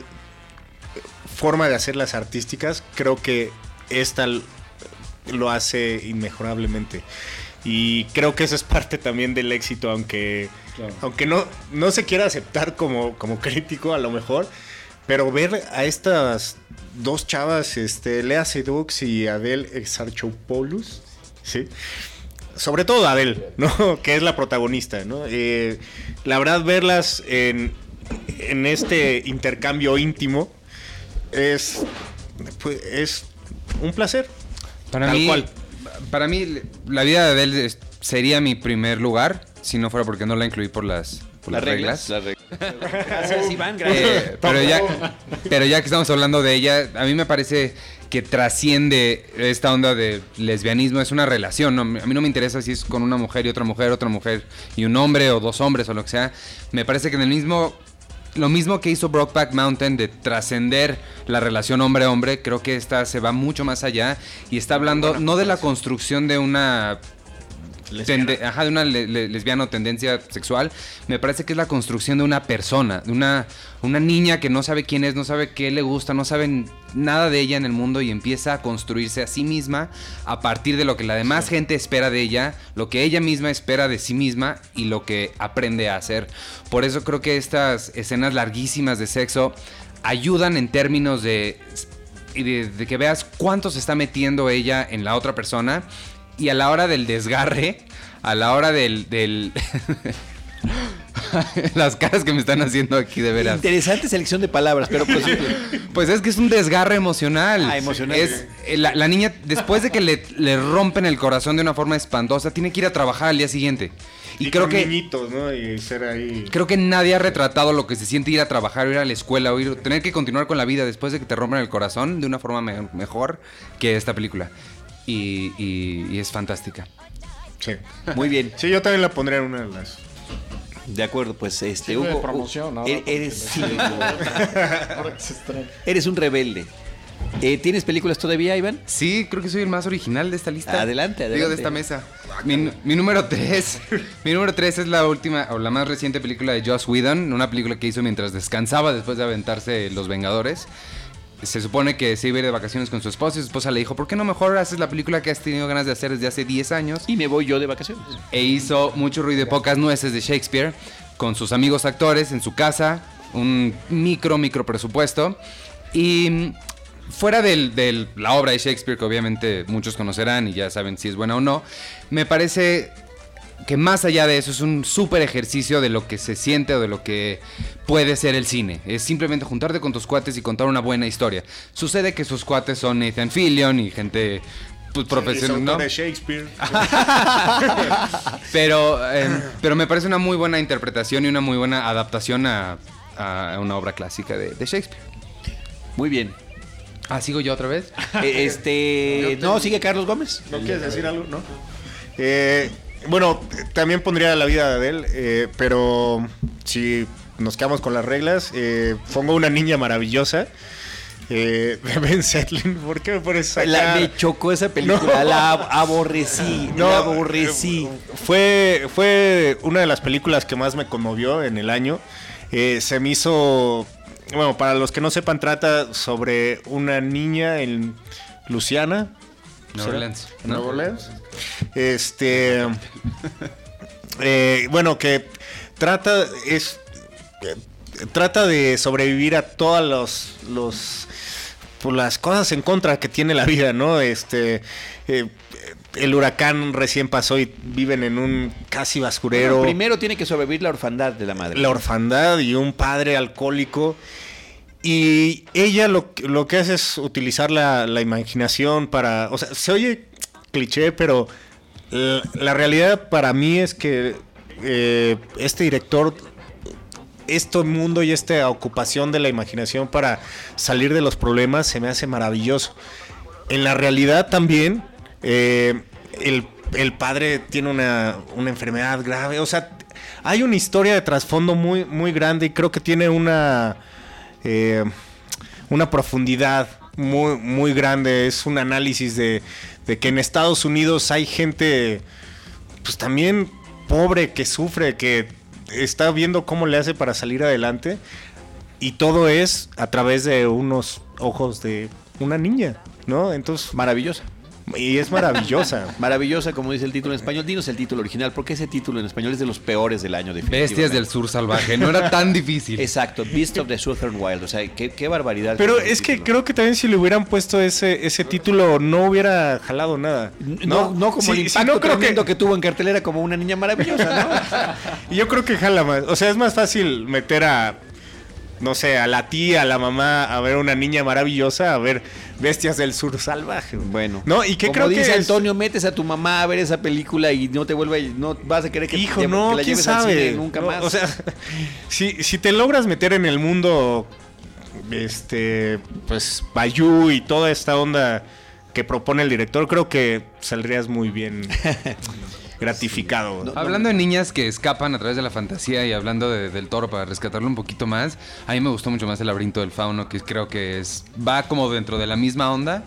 forma de hacerlas artísticas, creo que esta lo hace inmejorablemente y creo que eso es parte también del éxito, aunque claro. aunque no, no se quiera aceptar como, como crítico a lo mejor, pero ver a estas dos chavas, este, Lea Seydoux y Adele Exarchopoulos, ¿sí? Sobre todo Adele, ¿no? Que es la protagonista, ¿no? Eh, la verdad, verlas en, en este intercambio íntimo Es, pues, es un placer. Para Tal mí, cual. Para mí, la vida de Adele sería mi primer lugar, si no fuera porque no la incluí por las, por las, las reglas. reglas. Las reglas. Gracias, Iván, gracias. Eh, pero, ya, pero ya que estamos hablando de ella, a mí me parece que trasciende esta onda de lesbianismo, es una relación, ¿no? A mí no me interesa si es con una mujer y otra mujer, otra mujer y un hombre, o dos hombres, o lo que sea. Me parece que en el mismo... lo mismo que hizo Brokeback Mountain de trascender la relación hombre-hombre, creo que esta se va mucho más allá y está hablando bueno, no de la construcción de una... Tende, ajá, de una le, le, lesbiana o tendencia sexual, me parece que es la construcción de una persona, de una, una niña que no sabe quién es, no sabe qué le gusta, no sabe nada de ella en el mundo y empieza a construirse a sí misma a partir de lo que la demás sí. gente espera de ella, lo que ella misma espera de sí misma y lo que aprende a hacer. Por eso creo que estas escenas larguísimas de sexo ayudan en términos de, de, de que veas cuánto se está metiendo ella en la otra persona. Y a la hora del desgarre, a la hora del... del las caras que me están haciendo aquí, de veras. Interesante selección de palabras, pero pues... pues es que es un desgarre emocional. Ah, emocional. Es, la, la niña, después de que le, le rompen el corazón de una forma espantosa, tiene que ir a trabajar al día siguiente. Y, y creo con que... niñitos, ¿no? Y ser ahí... Creo que nadie ha retratado lo que se siente ir a trabajar, o ir a la escuela, o ir, tener que continuar con la vida después de que te rompen el corazón de una forma me, mejor que esta película. Y, y, y es fantástica. Sí. Muy bien. Sí, yo también la pondría en una de las... De acuerdo, pues este sí, Hugo, promoción, Hugo eres, eres, sí, eres un rebelde. Eh, ¿Tienes películas todavía, Iván? Sí, creo que soy el más original de esta lista. Adelante, adelante. Digo, de esta mesa. Mi, mi número tres. Mi número tres es la última, o la más reciente película de Joss Whedon. Una película que hizo mientras descansaba después de aventarse Los Vengadores. Se supone que se iba a ir de vacaciones con su esposa y su esposa le dijo, ¿por qué no mejor haces la película que has tenido ganas de hacer desde hace diez años? Y me voy yo de vacaciones. E hizo Mucho ruido y pocas nueces de Shakespeare con sus amigos actores en su casa, un micro, micro presupuesto. Y fuera de del, la obra de Shakespeare, que obviamente muchos conocerán y ya saben si es buena o no, me parece... que más allá de eso es un súper ejercicio de lo que se siente o de lo que puede ser el cine. Es simplemente juntarte con tus cuates y contar una buena historia. Sucede que sus cuates son Nathan Fillion y gente pues, profesional, ¿no? de Shakespeare. pero, eh, pero me parece una muy buena interpretación y una muy buena adaptación a, a una obra clásica de, de Shakespeare. Muy bien. Ah, ¿sigo yo otra vez? Eh, este... No, sigue Carlos Gómez. ¿No quieres decir algo? ¿No? Eh... Bueno, también pondría La vida de él, eh, pero si nos quedamos con las reglas, eh, pongo Una niña maravillosa eh, de Ben Sedlin. ¿Por qué me pones acá? La, me chocó esa película, no. la aborrecí, no, la aborrecí. Fue, fue una de las películas que más me conmovió en el año. Eh, se me hizo... Bueno, para los que no sepan, trata sobre una niña en Luisiana. Nueva Orleans. Nueva Orleans. Este, eh, bueno, que trata es eh, trata de sobrevivir a todas los, los pues, las cosas en contra que tiene la vida, ¿no? Este, eh, el huracán recién pasó y viven en un casi basurero. Bueno, primero tiene que sobrevivir la orfandad de la madre. La orfandad y un padre alcohólico. Y ella lo, lo que hace es utilizar la, la imaginación para... O sea, se oye cliché, pero la, la realidad para mí es que eh, este director, este mundo y esta ocupación de la imaginación para salir de los problemas se me hace maravilloso. En la realidad también, eh, el, el padre tiene una, una enfermedad grave. O sea, hay una historia de trasfondo muy, muy grande y creo que tiene una... Eh, una profundidad muy, muy grande. Es un análisis de, de que en Estados Unidos hay gente pues también pobre que sufre, que está viendo cómo le hace para salir adelante, y todo es a través de unos ojos de una niña, ¿no? Entonces, maravillosa. Y es maravillosa. Maravillosa, como dice el título en español. Dinos el título original, porque ese título en español es de los peores del año, definitivamente. Bestias del Sur Salvaje, no era tan difícil. Exacto, Beasts of the Southern Wild. O sea, qué, qué barbaridad. Pero es que título. Creo que también si le hubieran puesto ese, ese título no hubiera jalado nada. No, no, no como sí, el impacto sí, no creo tremendo que... que tuvo en cartelera como Una niña maravillosa, ¿no? Yo creo que jala más. O sea, es más fácil meter a... no sé, a la tía, a la mamá, a ver Una niña maravillosa, a ver Bestias del Sur Salvaje. Bueno, ¿no? Y que como creo dice que Antonio, es... metes a tu mamá a ver esa película y no te vuelva, no vas a querer que, Hijo, te, no, que la lleves al cine nunca no, más. O sea, si, si te logras meter en el mundo, este, pues, Bayou y toda esta onda que propone el director, creo que saldrías muy bien. gratificado. No, Hablando de niñas que escapan a través de la fantasía y hablando de- del Toro para rescatarlo un poquito más, a mí me gustó mucho más El laberinto del fauno, que creo que es va como dentro de la misma onda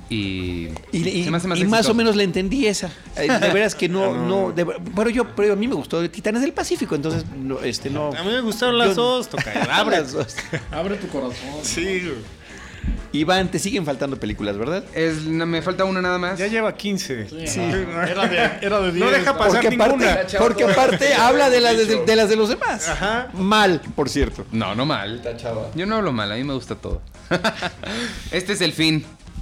y, Y, y- se me hace más y más exitoso. o menos le entendí esa. Eh, De veras que no, no. de ver- pero yo, pero a mí me gustó Titanes del Pacífico, entonces no, este no. A mí me gustaron las Yo- dos, tocayo. Abre. Las dos. Abre tu corazón. Sí, güey. Iván, te siguen faltando películas, ¿verdad? Es- no, me falta una nada más. Ya lleva quince. Sí. Era de, era de No diez. deja pasar Porque ninguna. aparte, porque aparte habla de las de, de las de los demás. Ajá. Mal, por cierto. No, no mal. Yo no hablo mal, a mí me gusta todo. Este es El fin.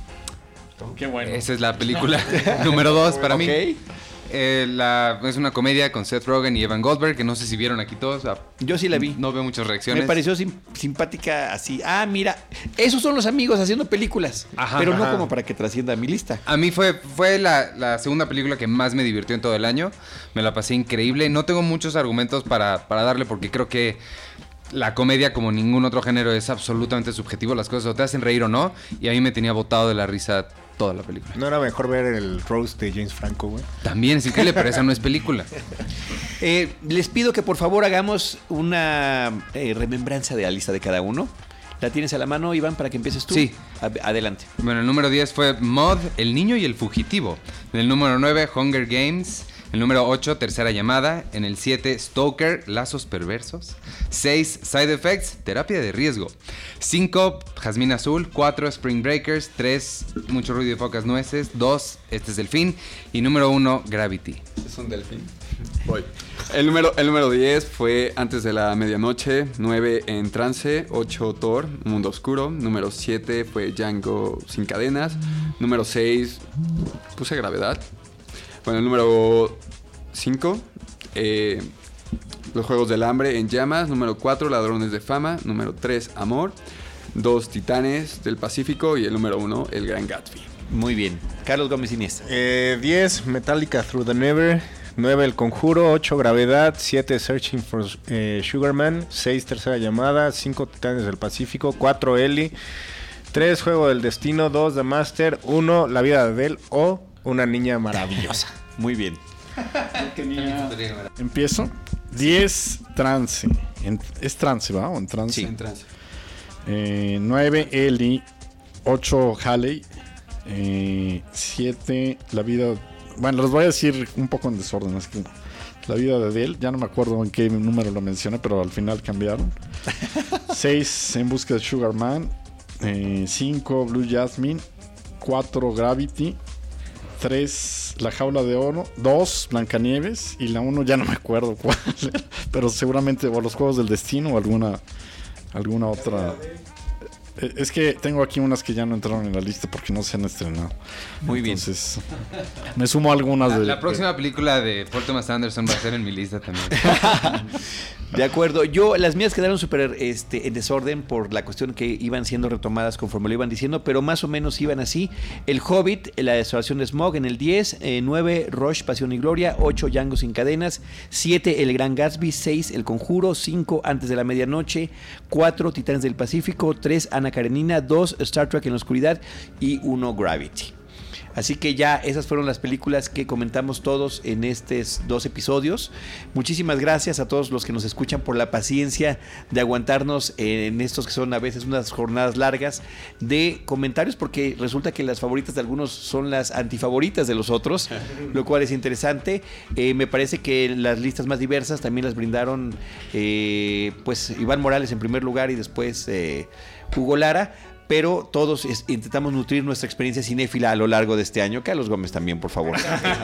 Qué bueno. Esa es la película número dos para mí. Ok. Eh, la- es una comedia con Seth Rogen y Evan Goldberg, que no sé si vieron aquí todos. ah, Yo sí la vi. No veo muchas reacciones. Me pareció sim- simpática así. Ah, mira, esos son los amigos haciendo películas. Ajá, pero no ajá. como para que trascienda a mi lista. A mí fue, fue la, la segunda película que más me divirtió en todo el año. Me la pasé increíble. No tengo muchos argumentos para, para darle porque creo que la comedia, como ningún otro género, es absolutamente subjetivo. Las cosas o te hacen reír o no. Y a mí me tenía botado de la risa toda la película. No era mejor ver el roast de James Franco, güey. También es increíble, pero esa no es película. Eh, les pido que por favor hagamos una eh, remembranza de la lista de cada uno. ¿La tienes a la mano, Iván, para que empieces tú? Sí. A- adelante. Bueno, el número diez fue Mod, El niño y el fugitivo. En el número nueve, Hunger Games. El número ocho, Tercera llamada. En el siete, Stoker, Lazos perversos. seis, Side Effects, Terapia de riesgo. cinco, Jazmín azul. cuatro, Spring Breakers. tres, Mucho ruido y pocas nueces. dos, Este es el fin. Y número uno, Gravity. ¿Es un delfín? Voy. El número, el número diez fue Antes de la medianoche. nueve, En trance. ocho, Thor, Mundo oscuro. Número siete fue Django sin cadenas. Número seis, puse Gravedad. Bueno, el número cinco, eh, Los Juegos del Hambre en llamas. Número cuatro, Ladrones de fama. Número tres, Amor. dos, Titanes del Pacífico. Y el número uno, El Gran Gatsby. Muy bien. Carlos Gómez Iniesta. Eh, diez, Metallica Through the Never. nueve, El Conjuro. ocho, Gravedad. siete, Searching for eh, Sugarman. seis, Tercera llamada. cinco, Titanes del Pacífico. cuatro, Ellie. tres, Juego del Destino. dos, The Master. uno, La vida de Adele o Una niña maravillosa. Muy bien. Empiezo. diez, trance. En- es trance, ¿va? ¿O en trance? Sí. En trance. Eh, nueve, Ellie. ocho, Halley. Eh, siete, La vida... Bueno, los voy a decir un poco en desorden. Es que La vida de Adele, ya no me acuerdo en qué número lo mencioné, pero al final cambiaron. seis, En busca de Sugar Man. cinco, Blue Jasmine. cuatro, Gravity. tres, La jaula de oro. dos, Blancanieves. Y la uno ya no me acuerdo cuál era, pero seguramente o Los Juegos del Destino o alguna, alguna otra. Eh, Es que tengo aquí unas que ya no entraron en la lista porque no se han estrenado. Muy bien. Entonces, me sumo a algunas La, de... la próxima película de Paul Thomas Anderson va a ser en mi lista también. De acuerdo. Yo, las mías quedaron súper este, en desorden por la cuestión que iban siendo retomadas conforme lo iban diciendo, pero más o menos iban así. El Hobbit, La desolación de Smog en el diez, eh, nueve, Rush, Pasión y Gloria, ocho, Django sin cadenas, siete, El Gran Gatsby, seis, El Conjuro, cinco, Antes de la medianoche, cuatro, Titanes del Pacífico, tres, Ana Karenina, dos, Star Trek en la oscuridad y uno, Gravity. Así que ya esas fueron las películas que comentamos todos en estos dos episodios. Muchísimas gracias a todos los que nos escuchan por la paciencia de aguantarnos en estos que son a veces unas jornadas largas de comentarios, porque resulta que las favoritas de algunos son las antifavoritas de los otros, lo cual es interesante. Eh, me parece que las listas más diversas también las brindaron eh, pues Iván Morales en primer lugar y después eh, Hugo Lara. Pero todos es, intentamos nutrir nuestra experiencia cinéfila a lo largo de este año. Carlos Gómez también, por favor.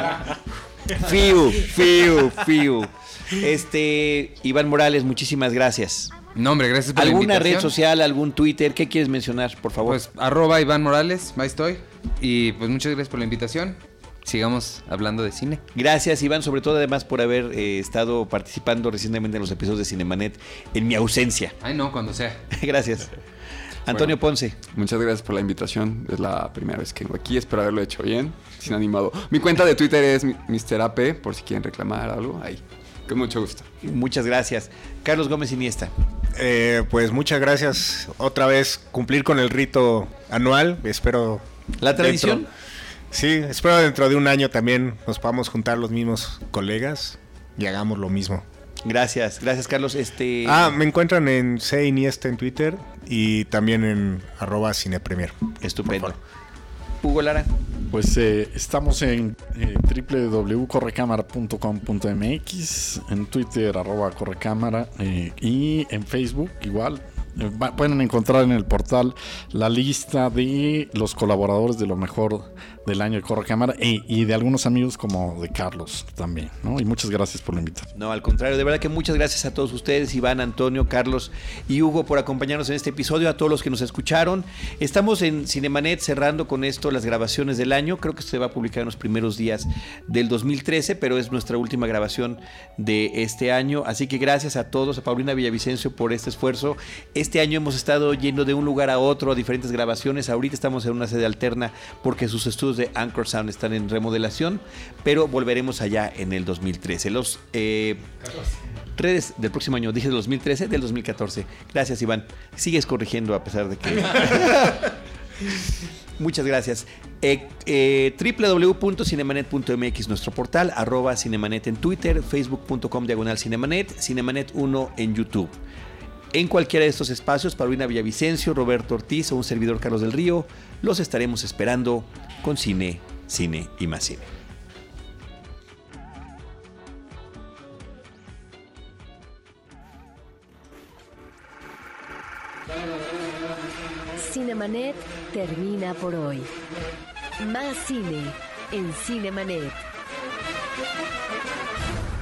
Fiu, fiu, fiu. Este, Iván Morales, muchísimas gracias. No, hombre, gracias por la ¿Alguna invitación. red social, algún Twitter? ¿Qué quieres mencionar, por favor? Pues arroba Iván Morales, ahí estoy. Y pues muchas gracias por la invitación. Sigamos hablando de cine. Gracias, Iván, sobre todo además por haber eh, estado participando recientemente en los episodios de Cinemanet en mi ausencia. Ay, no, cuando sea. Gracias. Antonio Bueno, Ponce. Muchas gracias por la invitación. Es la primera vez que vengo aquí. Espero haberlo hecho bien, sin animado. Mi cuenta de Twitter es mister A P, por si quieren reclamar algo. Ahí. Con mucho gusto. Muchas gracias. Carlos Gómez Iniesta. Eh, pues muchas gracias. Otra vez cumplir con el rito anual. Espero. ¿La tradición? dentro- Sí, espero dentro de un año también nos podamos juntar los mismos colegas y hagamos lo mismo. Gracias, gracias Carlos. Este... Ah, me encuentran en C Iniesta en Twitter y también en arroba cinepremier. Estupendo. Hugo Lara. Pues eh, estamos en eh, doble u doble u doble u punto correcámara punto com punto m x, en Twitter arroba correcámara eh, y en Facebook igual. Eh, va, pueden encontrar en el portal la lista de los colaboradores de lo mejor del año de Correcámara y, y de algunos amigos como de Carlos también, ¿no? Y muchas gracias por la invitación. No, al contrario, de verdad que muchas gracias a todos ustedes, Iván, Antonio, Carlos y Hugo, por acompañarnos en este episodio, a todos los que nos escucharon. Estamos en Cinemanet cerrando con esto las grabaciones del año. Creo que esto se va a publicar en los primeros días del dos mil trece, pero es nuestra última grabación de este año. Así que gracias a todos, a Paulina Villavicencio por este esfuerzo. Este año hemos estado yendo de un lugar a otro a diferentes grabaciones. Ahorita estamos en una sede alterna porque sus estudios de Anchor Sound están en remodelación, pero volveremos allá en el dos mil trece. Los eh, redes del próximo año, dije del dos mil trece, del dos mil catorce. Gracias, Iván. Sigues corrigiendo a pesar de que... Muchas gracias. Eh, eh, doble u doble u doble u punto cinemanet punto m x nuestro portal, arroba Cinemanet en Twitter, facebook punto com diagonal Cinemanet, Cinemanet uno en YouTube. En cualquiera de estos espacios, Paulina Villavicencio, Roberto Ortiz o un servidor Carlos del Río, los estaremos esperando con cine, cine y más cine. Cinemanet termina por hoy. Más cine en Cinemanet.